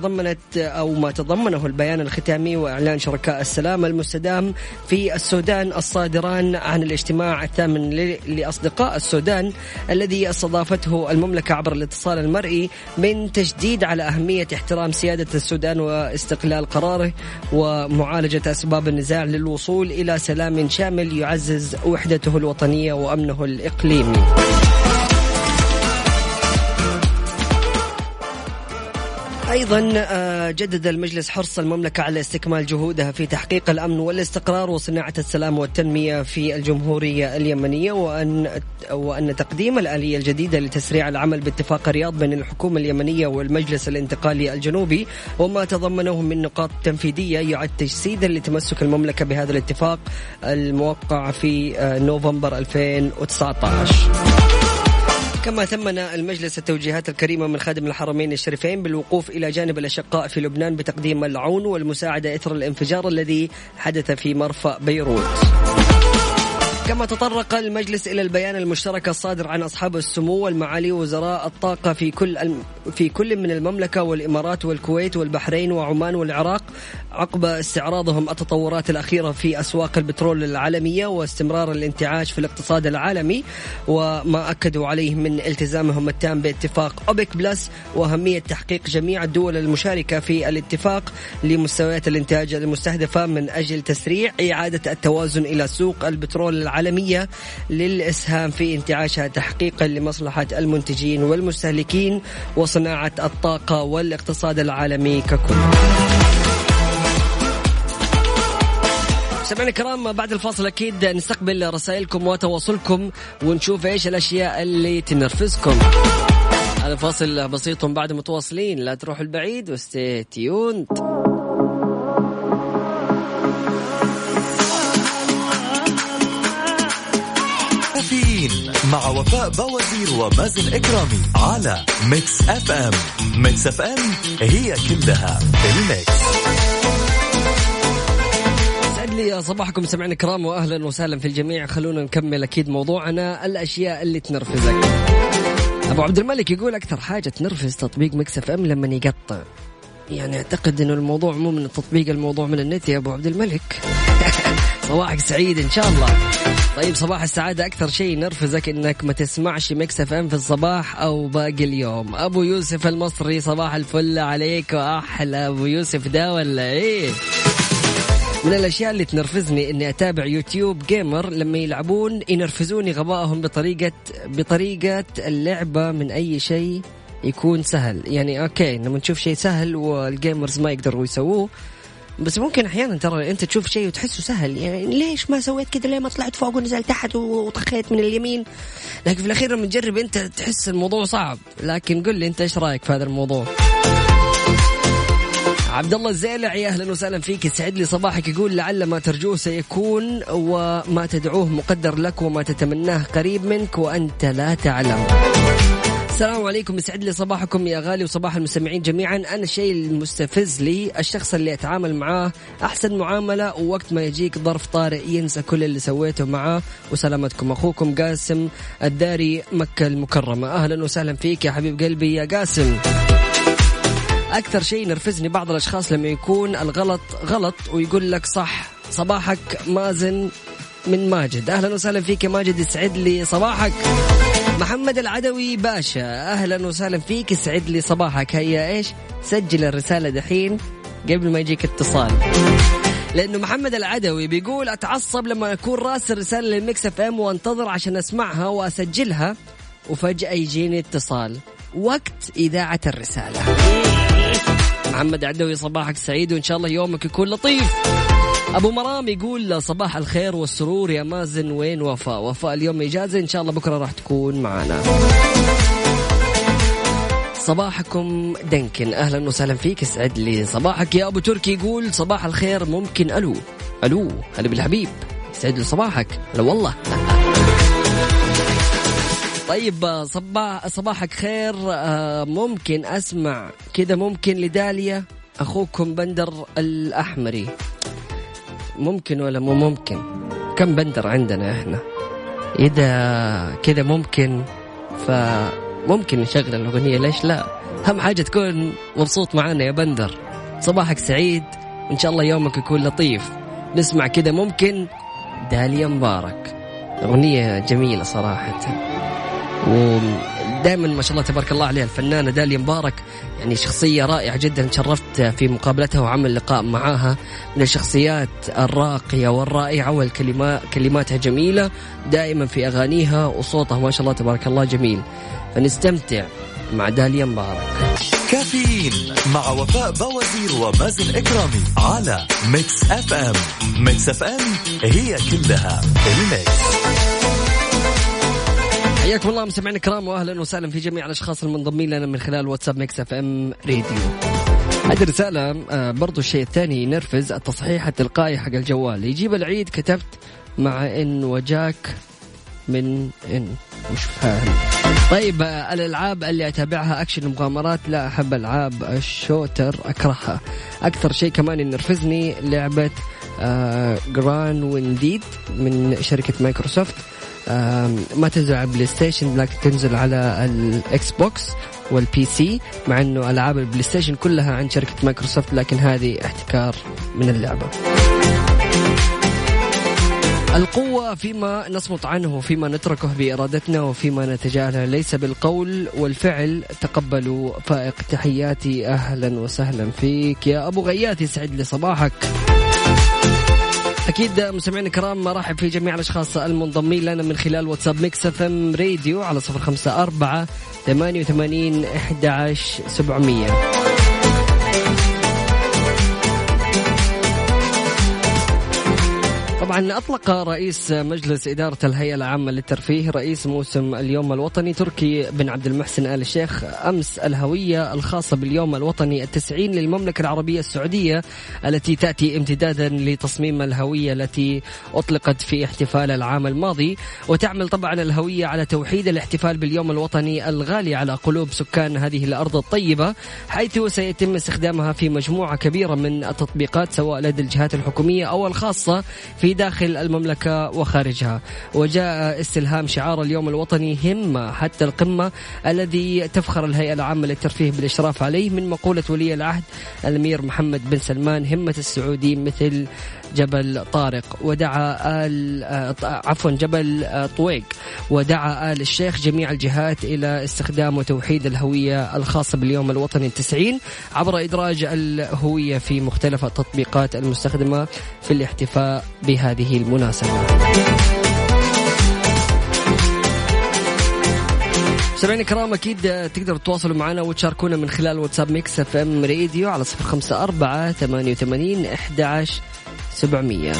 تضمنه البيان الختامي وإعلان شركاء السلام المستدام في السودان الصادران عن الاجتماع الثامن لأصدقاء السودان الذي استضافته المملكة عبر الاتصال المرئي من تشديد على أهمية احترام سيادة السودان واستقلال قراره ومعالجة أسباب النزاع للوصول إلى سلام شامل يعزز وحدته الوطنية وأمنه الإقليمي. أيضا جدد المجلس حرص المملكة على استكمال جهودها في تحقيق الأمن والاستقرار وصناعة السلام والتنمية في الجمهورية اليمنية، وأن تقديم الآلية الجديدة لتسريع العمل باتفاق رياض بين الحكومة اليمنية والمجلس الانتقالي الجنوبي وما تضمنه من نقاط تنفيذية يعد تجسيدا لتمسك المملكة بهذا الاتفاق الموقع في نوفمبر 2019. كما ثمن المجلس التوجيهات الكريمة من خادم الحرمين الشريفين بالوقوف إلى جانب الأشقاء في لبنان بتقديم العون والمساعدة إثر الانفجار الذي حدث في مرفأ بيروت. كما تطرق المجلس إلى البيان المشترك الصادر عن أصحاب السمو والمعالي وزراء الطاقة في كل من المملكة والإمارات والكويت والبحرين وعمان والعراق عقب استعراضهم التطورات الأخيرة في أسواق البترول العالمية واستمرار الانتعاش في الاقتصاد العالمي، وما أكدوا عليه من التزامهم التام باتفاق أوبك بلس وأهمية تحقيق جميع الدول المشاركة في الاتفاق لمستويات الإنتاج المستهدفة من أجل تسريع إعادة التوازن إلى سوق البترول العالمية للإسهام في انتعاشها تحقيقا لمصلحة المنتجين والمستهلكين وصناعة الطاقة والاقتصاد العالمي ككل. سمعنا الكرام، بعد الفاصل أكيد نستقبل رسائلكم وتواصلكم ونشوف إيش الأشياء اللي تنرفزكم. هذا فاصل بسيط بعد متواصلين، لا تروحوا البعيد وستي تيوند. مع وفاء بوازير ومازن إكرامي على ميكس اف ام. ميكس اف ام هي كلها الميكس. سعد لي صباحكم سمعنا الكرام واهلا وسهلا في الجميع. خلونا نكمل اكيد موضوعنا، الاشياء اللي تنرفزك. ابو عبد الملك يقول اكثر حاجه تنرفز تطبيق ميكس اف ام لما يقطع. يعني اعتقد انه الموضوع مو من التطبيق، الموضوع من النت يا ابو عبد الملك. صباحك سعيد ان شاء الله. طيب صباح السعادة، أكثر شيء نرفزك إنك ما تسمعش ميكس اف ام في الصباح أو باقي اليوم. أبو يوسف المصري صباح الفل عليك، وأحلى أبو يوسف ده ولا إيه؟ من الأشياء اللي تنرفزني إني أتابع يوتيوب جيمر لما يلعبون ينرفزوني غبائهم بطريقة اللعبة من أي شيء يكون سهل. يعني أوكي لما نشوف شيء سهل والجيمرز ما يقدروا يسووه، بس ممكن أحيانا ترى أنت تشوف شيء وتحسه سهل، يعني ليش ما سويت كده، ليه ما طلعت فوق ونزلت تحت وطخيت من اليمين، لكن في الأخير لما تجرب أنت تحس الموضوع صعب. لكن قل لي أنت إيش رأيك في هذا الموضوع؟ عبد الله الزيلعي أهلا وسهلا فيك، يسعد لي صباحك. يقول لعل ما ترجوه سيكون وما تدعوه مقدر لك وما تتمناه قريب منك وأنت لا تعلم. السلام عليكم، يسعد لي صباحكم يا غالي وصباح المستمعين جميعا. أنا الشيء المستفز لي الشخص اللي أتعامل معاه أحسن معاملة ووقت ما يجيك ظرف طارئ ينسى كل اللي سويته معاه. وسلامتكم، أخوكم قاسم الداري مكة المكرمة. أهلا وسهلا فيك يا حبيب قلبي يا قاسم. أكثر شيء نرفزني بعض الأشخاص لما يكون الغلط غلط ويقول لك صح. صباحك مازن من ماجد، أهلا وسهلا فيك يا ماجد، يسعد لي صباحك. محمد العدوي باشا أهلا وسهلا فيك، يسعد لي صباحك. هيا إيش سجل الرسالة دحين قبل ما يجيك اتصال، لأنه محمد العدوي بيقول أتعصب لما أكون راسل رسالة للميكس اف ام وانتظر عشان أسمعها وأسجلها وفجأة يجيني اتصال وقت إذاعة الرسالة. محمد العدوي صباحك سعيد وإن شاء الله يومك يكون لطيف. أبو مرام يقول صباح الخير والسرور يا مازن، وين وفاء؟ وفاء اليوم إجازة، إن شاء الله بكرة راح تكون معنا. صباحكم دنكن أهلا وسهلا فيك، يسعد لي صباحك يا أبو تركي. يقول صباح الخير ممكن ألو هلا بالحبيب، يسعد لي صباحك. لا والله. طيب صباحك خير، ممكن أسمع كذا ممكن لداليا أخوكم بندر الأحمري؟ ممكن ولا مو ممكن؟ كم بندر عندنا إحنا؟ إذا كذا ممكن فممكن نشغل الأغنية، ليش لا؟ أهم حاجة تكون مبسوط معنا يا بندر. صباحك سعيد إن شاء الله يومك يكون لطيف. نسمع كذا ممكن داليا مبارك، أغنية جميلة صراحة، ودائما ما شاء الله تبارك الله عليها الفنانة داليا مبارك، يعني شخصية رائعة جدا. تشرفت في مقابلتها وعمل لقاء معاها، من الشخصيات الراقية والرائعة والكلماتها جميلة دائما في أغانيها، وصوتها ما شاء الله تبارك الله جميل. فنستمتع مع داليا مبارك. كافيين مع وفاء بوازير ومازن إكرامي على ميكس اف ام. ميكس اف ام هي كلها الميكس. حياكم الله مستمعينا الكرام واهلا وسهلا في جميع الاشخاص المنضمين لنا من خلال واتساب ميكس اف ام راديو. هذه الرسالة برضو الشيء الثاني ينرفز، التصحيح التلقائي حق الجوال. يجيب العيد كتبت مع ان وجاك من ان مش فاهم. طيب الالعاب اللي اتابعها اكشن ومغامرات، لا احب العاب الشوتر اكرهها. اكثر شيء كمان ينرفزني لعبة جران وينديد من شركة مايكروسوفت، ما تنزل على البلاي ستيشن لكن تنزل على الاكس بوكس والبي سي، مع انه العاب البلاي ستيشن كلها عن شركة مايكروسوفت، لكن هذه احتكار من اللعبة. القوة فيما نصمت عنه وفيما نتركه بإرادتنا وفيما نتجاهله، ليس بالقول والفعل. تقبلوا فائق. تحياتي، أهلا وسهلا فيك يا أبو غياتي، سعد لي صباحك. أكيد مستمعين الكرام مرحب في جميع الأشخاص المنضمين لنا من خلال واتساب ميكس اف ام راديو على 0548811700. طبعا أطلق رئيس مجلس إدارة الهيئة العامة للترفيه رئيس موسم اليوم الوطني تركي بن عبد المحسن آل الشيخ أمس الهوية الخاصة باليوم الوطني 90 للمملكة العربية السعودية، التي تأتي امتدادا لتصميم الهوية التي أطلقت في احتفال العام الماضي. وتعمل طبعا الهوية على توحيد الاحتفال باليوم الوطني الغالي على قلوب سكان هذه الأرض الطيبة، حيث سيتم استخدامها في مجموعة كبيرة من التطبيقات سواء لدى الجهات الحكومية أو الخاصة في داخل المملكة وخارجها. وجاء استلهام شعار اليوم الوطني همة حتى القمة، الذي تفخر الهيئة العامة للترفيه بالإشراف عليه، من مقولة ولي العهد الأمير محمد بن سلمان: همة السعودي مثل جبل طارق. ودعا جبل طويق. ودعا آل الشيخ جميع الجهات إلى استخدام وتوحيد الهوية الخاصة باليوم الوطني 90 عبر إدراج الهوية في مختلف التطبيقات المستخدمة في الاحتفاء بهذه المناسبة. سمعنا كرام، أكيد تقدروا تتواصلوا معنا وتشاركونا من خلال واتساب ميكس اف ام راديو على 0548811700.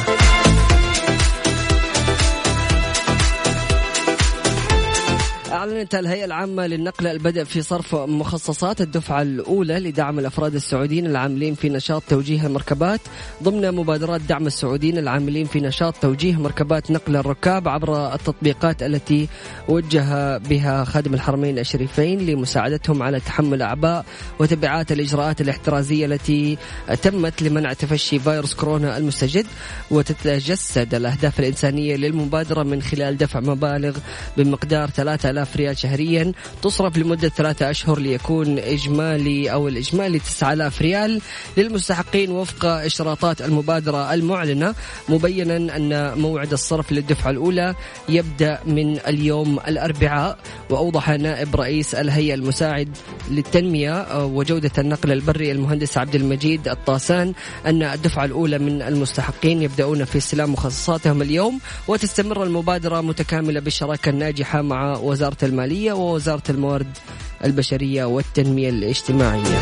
أعلنت الهيئة العامة للنقل البدء في صرف مخصصات الدفعة الأولى لدعم الأفراد السعوديين العاملين في نشاط توجيه المركبات ضمن مبادرات دعم السعوديين العاملين في نشاط توجيه مركبات نقل الركاب عبر التطبيقات التي وجه بها خادم الحرمين الشريفين لمساعدتهم على تحمل أعباء وتبعات الإجراءات الاحترازية التي تمت لمنع تفشي فيروس كورونا المستجد. وتتجسد الأهداف الإنسانية للمبادرة من خلال دفع مبالغ بمقدار 3000 ريال شهريا تصرف لمدة 3 أشهر، ليكون الإجمالي 9000 ريال للمستحقين وفق إشراطات المبادرة المعلنة، مبينا أن موعد الصرف للدفعة الأولى يبدأ من اليوم الأربعاء. وأوضح نائب رئيس الهيئة المساعد للتنمية وجودة النقل البري المهندس عبد المجيد الطاسان أن الدفعة الأولى من المستحقين يبدأون في استلام مخصصاتهم اليوم، وتستمر المبادرة متكاملة بالشراكة الناجحة مع وزارة المالية ووزارة الموارد البشرية والتنمية الاجتماعية.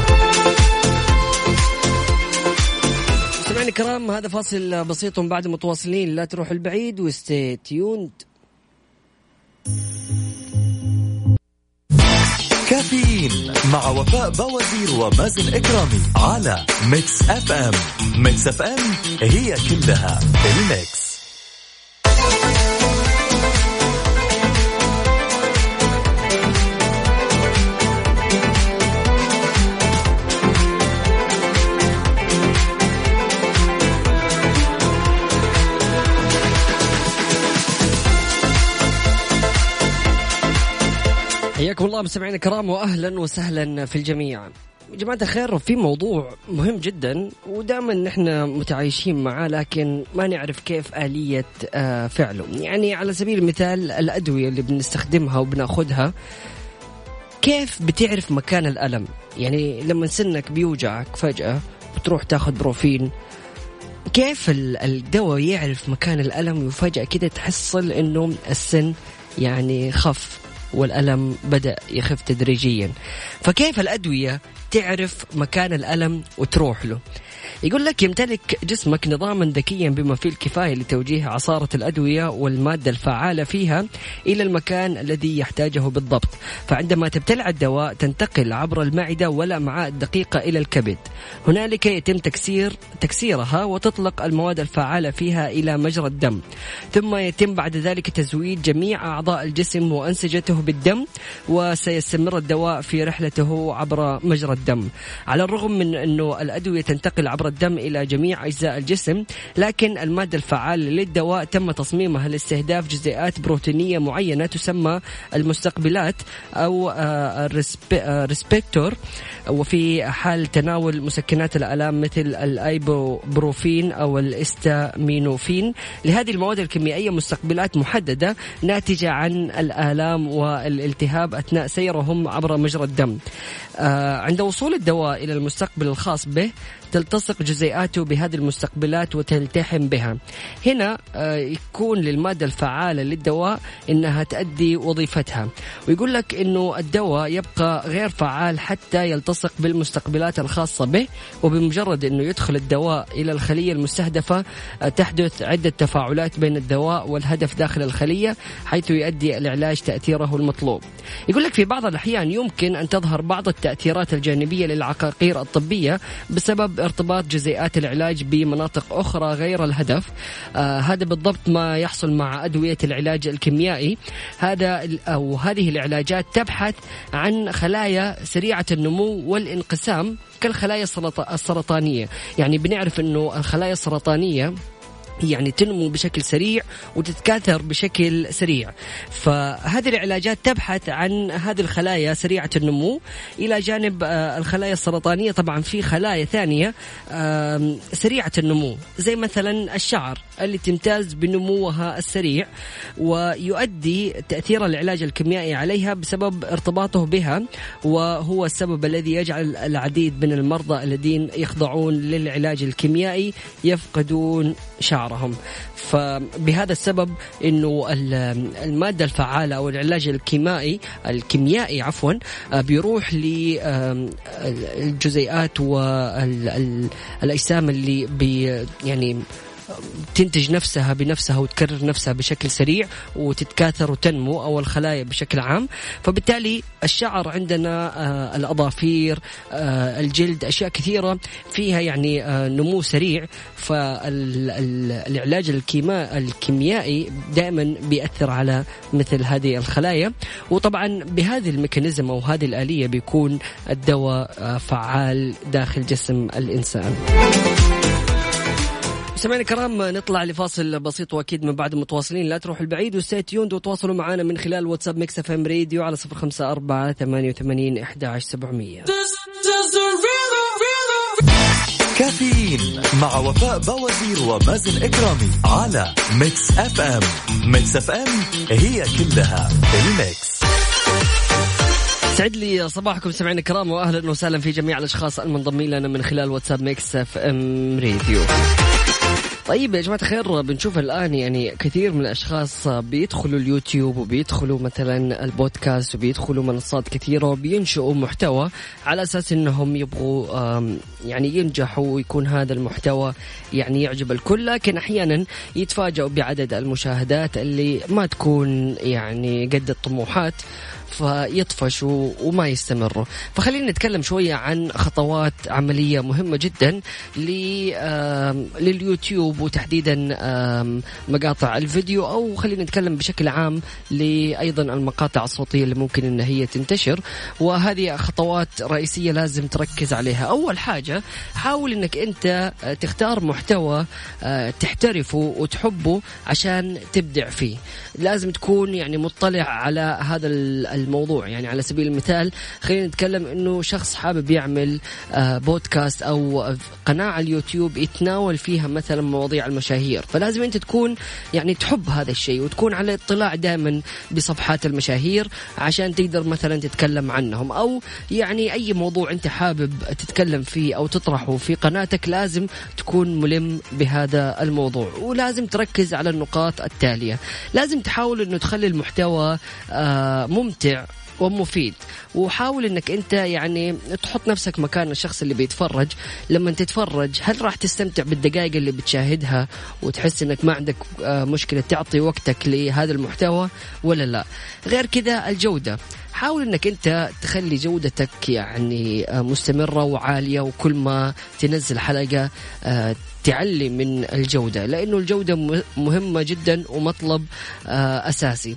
سمعنا الكرام، هذا فاصل بسيط بعد متواصلين، لا تروح البعيد وستي تيوند. كافيين مع وفاء بوازير ومازن إكرامي على ميكس اف ام. ميكس اف ام هي كلها الميكس. حياكم الله مستمعينا الكرام واهلا وسهلا في الجميع. يا جماعة الخير، في موضوع مهم جدا ودائما نحن متعايشين معاه لكن ما نعرف كيف آلية فعله. يعني على سبيل المثال الأدوية اللي بنستخدمها وبناخدها، كيف بتعرف مكان الألم؟ يعني لما سنك بيوجعك فجأة بتروح تاخد بروفين، كيف الدواء يعرف مكان الألم وفجأة كده تحصل إنه السن يعني خف؟ والألم بدأ يخف تدريجيا. فكيف الأدوية تعرف مكان الألم وتروح له؟ يقول لك يمتلك جسمك نظاما ذكيا بما فيه الكفاية لتوجيه عصارة الأدوية والمادة الفعالة فيها إلى المكان الذي يحتاجه بالضبط. فعندما تبتلع الدواء تنتقل عبر المعدة والأمعاء الدقيقة إلى الكبد. هنالك يتم تكسيرها وتطلق المواد الفعالة فيها إلى مجرى الدم، ثم يتم بعد ذلك تزويد جميع أعضاء الجسم وأنسجته بالدم، وسيستمر الدواء في رحلته عبر مجرى الدم. على الرغم من أنه الأدوية تنتقل عبر الدم إلى جميع أجزاء الجسم، لكن المادة الفعالة للدواء تم تصميمها لاستهداف جزيئات بروتينية معينة تسمى المستقبلات أو الريسبكتور. وفي حال تناول مسكنات الآلام مثل الأيبوبروفين أو الاستامينوفين لهذه المواد الكيميائية مستقبلات محددة ناتجة عن الآلام والالتهاب أثناء سيرهم عبر مجرى الدم. عند وصول الدواء إلى المستقبل الخاص به تلتصق جزيئاته بهذه المستقبلات وتلتحم بها. هنا يكون للمادة الفعالة للدواء إنها تؤدي وظيفتها. ويقول لك إنه الدواء يبقى غير فعال حتى يلتصق بالمستقبلات الخاصة به، وبمجرد إنه يدخل الدواء إلى الخلية المستهدفة تحدث عدة تفاعلات بين الدواء والهدف داخل الخلية، حيث يؤدي العلاج تأثيره المطلوب. يقول لك في بعض الأحيان يمكن أن تظهر بعض التأثيرات الجانبية للعقاقير الطبية بسبب ارتباط جزيئات العلاج بمناطق أخرى غير الهدف. هذا بالضبط ما يحصل مع أدوية العلاج الكيميائي. هذه العلاجات تبحث عن خلايا سريعة النمو والانقسام كالخلايا السرطانية. يعني بنعرف أنه الخلايا السرطانية يعني تنمو بشكل سريع وتتكاثر بشكل سريع، فهذه العلاجات تبحث عن هذه الخلايا سريعة النمو إلى جانب الخلايا السرطانية. طبعا في خلايا ثانية سريعة النمو زي مثلا الشعر اللي تمتاز بنموها السريع، ويؤدي تأثير العلاج الكيميائي عليها بسبب ارتباطه بها، وهو السبب الذي يجعل العديد من المرضى الذين يخضعون للعلاج الكيميائي يفقدون شعرهم. فبهذا السبب إنه المادة الفعالة أو العلاج الكيميائي بيروح للجزيئات والأجسام اللي يعني تنتج نفسها بنفسها وتكرر نفسها بشكل سريع وتتكاثر وتنمو، أو الخلايا بشكل عام. فبالتالي الشعر عندنا، الأظافير، الجلد، أشياء كثيرة فيها يعني نمو سريع. فالعلاج الكيميائي دائما بيأثر على مثل هذه الخلايا، وطبعا بهذه الميكانيزم أو هذه الآلية بيكون الدواء فعال داخل جسم الإنسان. سمعنا كرام، نطلع لفاصل بسيط وأكيد من بعد متواصلين. لا تروحوا البعيد وستي تيوند، وتواصلوا معنا من خلال واتساب ميكس اف ام راديو على 0548811700. كافيين مع وفاء بوازير ومازن إكرامي على ميكس اف ام. ميكس اف ام هي كلها الميكس. سعد لي صباحكم سمعنا كرام، وأهلا وسهلا في جميع الأشخاص المنضمين لنا من خلال واتساب ميكس اف ام راديو. طيب يا جماعة الخير، بنشوف الآن يعني كثير من الأشخاص بيدخلوا اليوتيوب وبيدخلوا مثلا البودكاست وبيدخلوا منصات كثيرة وبينشئوا محتوى على أساس أنهم يبغوا يعني ينجحوا ويكون هذا المحتوى يعني يعجب الكل، لكن أحيانا يتفاجئوا بعدد المشاهدات اللي ما تكون يعني قد الطموحات، فيطفشوا وما يستمروا. فخلينا نتكلم شوية عن خطوات عملية مهمة جدا لليوتيوب، وتحديدا مقاطع الفيديو، أو خلينا نتكلم بشكل عام لأيضا المقاطع الصوتية اللي ممكن إن هي تنتشر. وهذه خطوات رئيسية لازم تركز عليها. أول حاجة، حاول إنك أنت تختار محتوى تحترفه وتحبه عشان تبدع فيه. لازم تكون يعني مطلع على هذا الموضوع. يعني على سبيل المثال خلينا نتكلم إنه شخص حابب يعمل بودكاست أو قناة على اليوتيوب يتناول فيها مثلا مواضيع مواضيع المشاهير، فلازم أنت تكون يعني تحب هذا الشيء وتكون على اطلاع دائما بصفحات المشاهير عشان تقدر مثلا تتكلم عنهم، أو يعني أي موضوع أنت حابب تتكلم فيه أو تطرحه في قناتك لازم تكون ملم بهذا الموضوع. ولازم تركز على النقاط التالية. لازم تحاول أنه تخلي المحتوى ممتع ومفيد، وحاول انك انت يعني تحط نفسك مكان الشخص اللي بيتفرج. لما تتفرج هل راح تستمتع بالدقائق اللي بتشاهدها وتحس انك ما عندك مشكلة تعطي وقتك لهذا المحتوى ولا لا؟ غير كذا الجودة، حاول انك انت تخلي جودتك يعني مستمرة وعالية، وكل ما تنزل حلقة تعلي من الجودة، لأنه الجودة مهمة جدا ومطلب أساسي.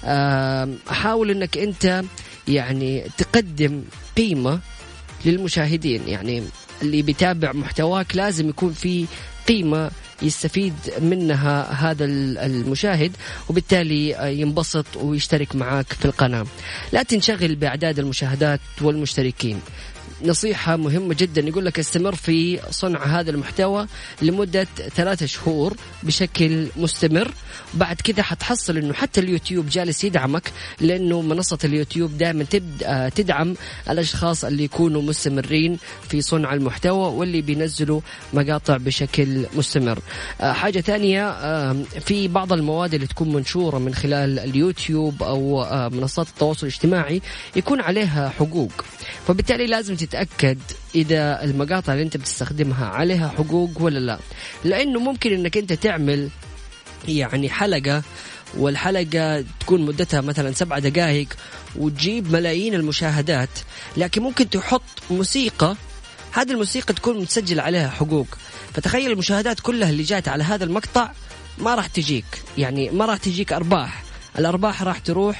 حاول أنك أنت يعني تقدم قيمة للمشاهدين، يعني اللي بيتابع محتواك لازم يكون في قيمة يستفيد منها هذا المشاهد، وبالتالي ينبسط ويشترك معاك في القناة. لا تنشغل بأعداد المشاهدات والمشتركين. نصيحة مهمة جدا، يقول لك استمر في صنع هذا المحتوى لمدة 3 شهور بشكل مستمر. بعد كده حتحصل انه حتى اليوتيوب جالس يدعمك، لانه منصة اليوتيوب دائما تدعم الاشخاص اللي يكونوا مستمرين في صنع المحتوى واللي بينزلوا مقاطع بشكل مستمر. حاجة ثانية، في بعض المواد اللي تكون منشورة من خلال اليوتيوب او منصات التواصل الاجتماعي يكون عليها حقوق، فبالتالي لازم تتأكد إذا المقاطع اللي أنت بتستخدمها عليها حقوق ولا لا، لأنه ممكن أنك أنت تعمل يعني حلقة والحلقة تكون مدتها مثلا 7 دقائق وتجيب ملايين المشاهدات، لكن ممكن تحط موسيقى، هذه الموسيقى تكون متسجل عليها حقوق، فتخيل المشاهدات كلها اللي جات على هذا المقطع ما راح تجيك، يعني ما راح تجيك أرباح. الأرباح راح تروح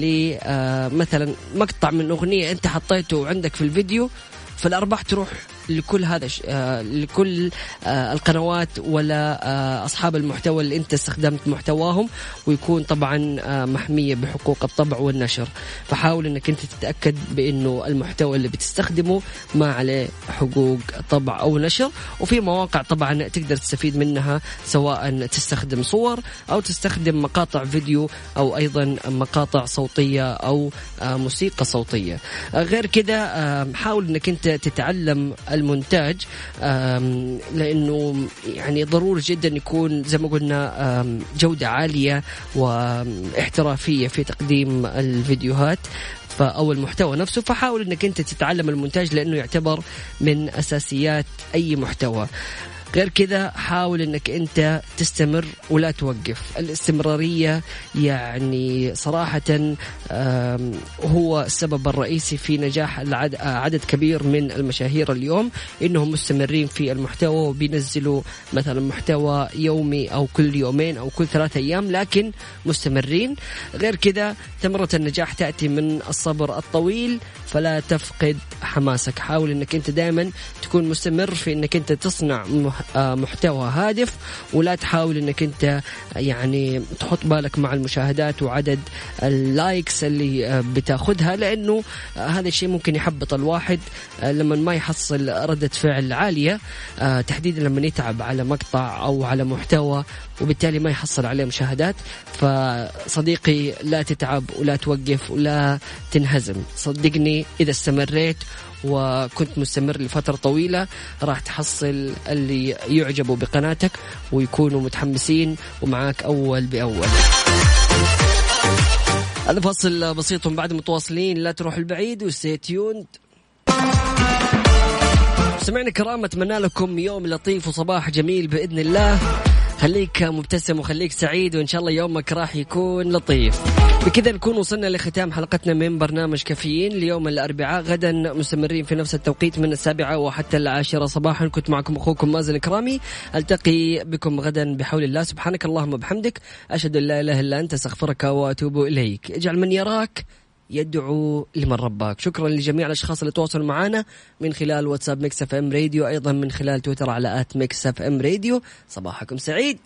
لمثلا مقطع من أغنية أنت حطيته عندك في الفيديو، فالأرباح تروح لكل هذا لكل القنوات ولا أصحاب المحتوى اللي أنت استخدمت محتواهم، ويكون طبعا محمية بحقوق الطبع والنشر. فحاول أنك أنت تتأكد بأنه المحتوى اللي بتستخدمه ما عليه حقوق طبع أو نشر. وفي مواقع طبعا تقدر تستفيد منها، سواء تستخدم صور أو تستخدم مقاطع فيديو أو أيضا مقاطع صوتية أو موسيقى صوتية. غير كده حاول أنك أنت تتعلم المونتاج، لأنه يعني ضروري جدا يكون زي ما قلنا جودة عالية واحترافية في تقديم الفيديوهات أو المحتوى نفسه. فحاول أنك أنت تتعلم المونتاج لأنه يعتبر من أساسيات أي محتوى. غير كذا حاول أنك أنت تستمر ولا توقف. الاستمرارية يعني صراحة هو السبب الرئيسي في نجاح عدد كبير من المشاهير اليوم، إنهم مستمرين في المحتوى وبينزلوا مثلا محتوى يومي أو كل يومين أو كل 3 أيام، لكن مستمرين. غير كذا ثمرة النجاح تأتي من الصبر الطويل، فلا تفقد حماسك. حاول أنك أنت دائما تكون مستمر في أنك أنت تصنع محتوى هادف، ولا تحاول أنك أنت يعني تحط بالك مع المشاهدات وعدد اللايكس اللي بتاخدها، لأنه هذا الشيء ممكن يحبط الواحد لما ما يحصل ردة فعل عالية، تحديدا لما يتعب على مقطع أو على محتوى وبالتالي ما يحصل عليه مشاهدات. فصديقي لا تتعب ولا توقف ولا تنهزم، صدقني إذا استمريت وكنت مستمر لفترة طويلة راح تحصل اللي يعجبوا بقناتك ويكونوا متحمسين ومعاك أول بأول. هذا فصل بسيط بعد متواصلين، لا تروح البعيد وستي تيوند. سمعنا كرام، أتمنى لكم يوم لطيف وصباح جميل بإذن الله. خليك مبتسم وخليك سعيد، وإن شاء الله يومك راح يكون لطيف. بكذا نكون وصلنا لختام حلقتنا من برنامج كافيين ليوم الأربعاء. غدا مستمرين في نفس التوقيت من 7 وحتى 10 صباحا. كنت معكم أخوكم مازن إكرامي، ألتقي بكم غدا بحول الله. سبحانك اللهم وبحمدك، أشهد أن لا إله إلا أنت، أستغفرك وأتوب إليك. اجعل من يراك يدعو لمن رباك. شكرا لجميع الأشخاص اللي تواصلوا معنا من خلال واتساب ميكس اف ام راديو، أيضا من خلال تويتر على @ميكس اف ام راديو. صباحكم سعيد.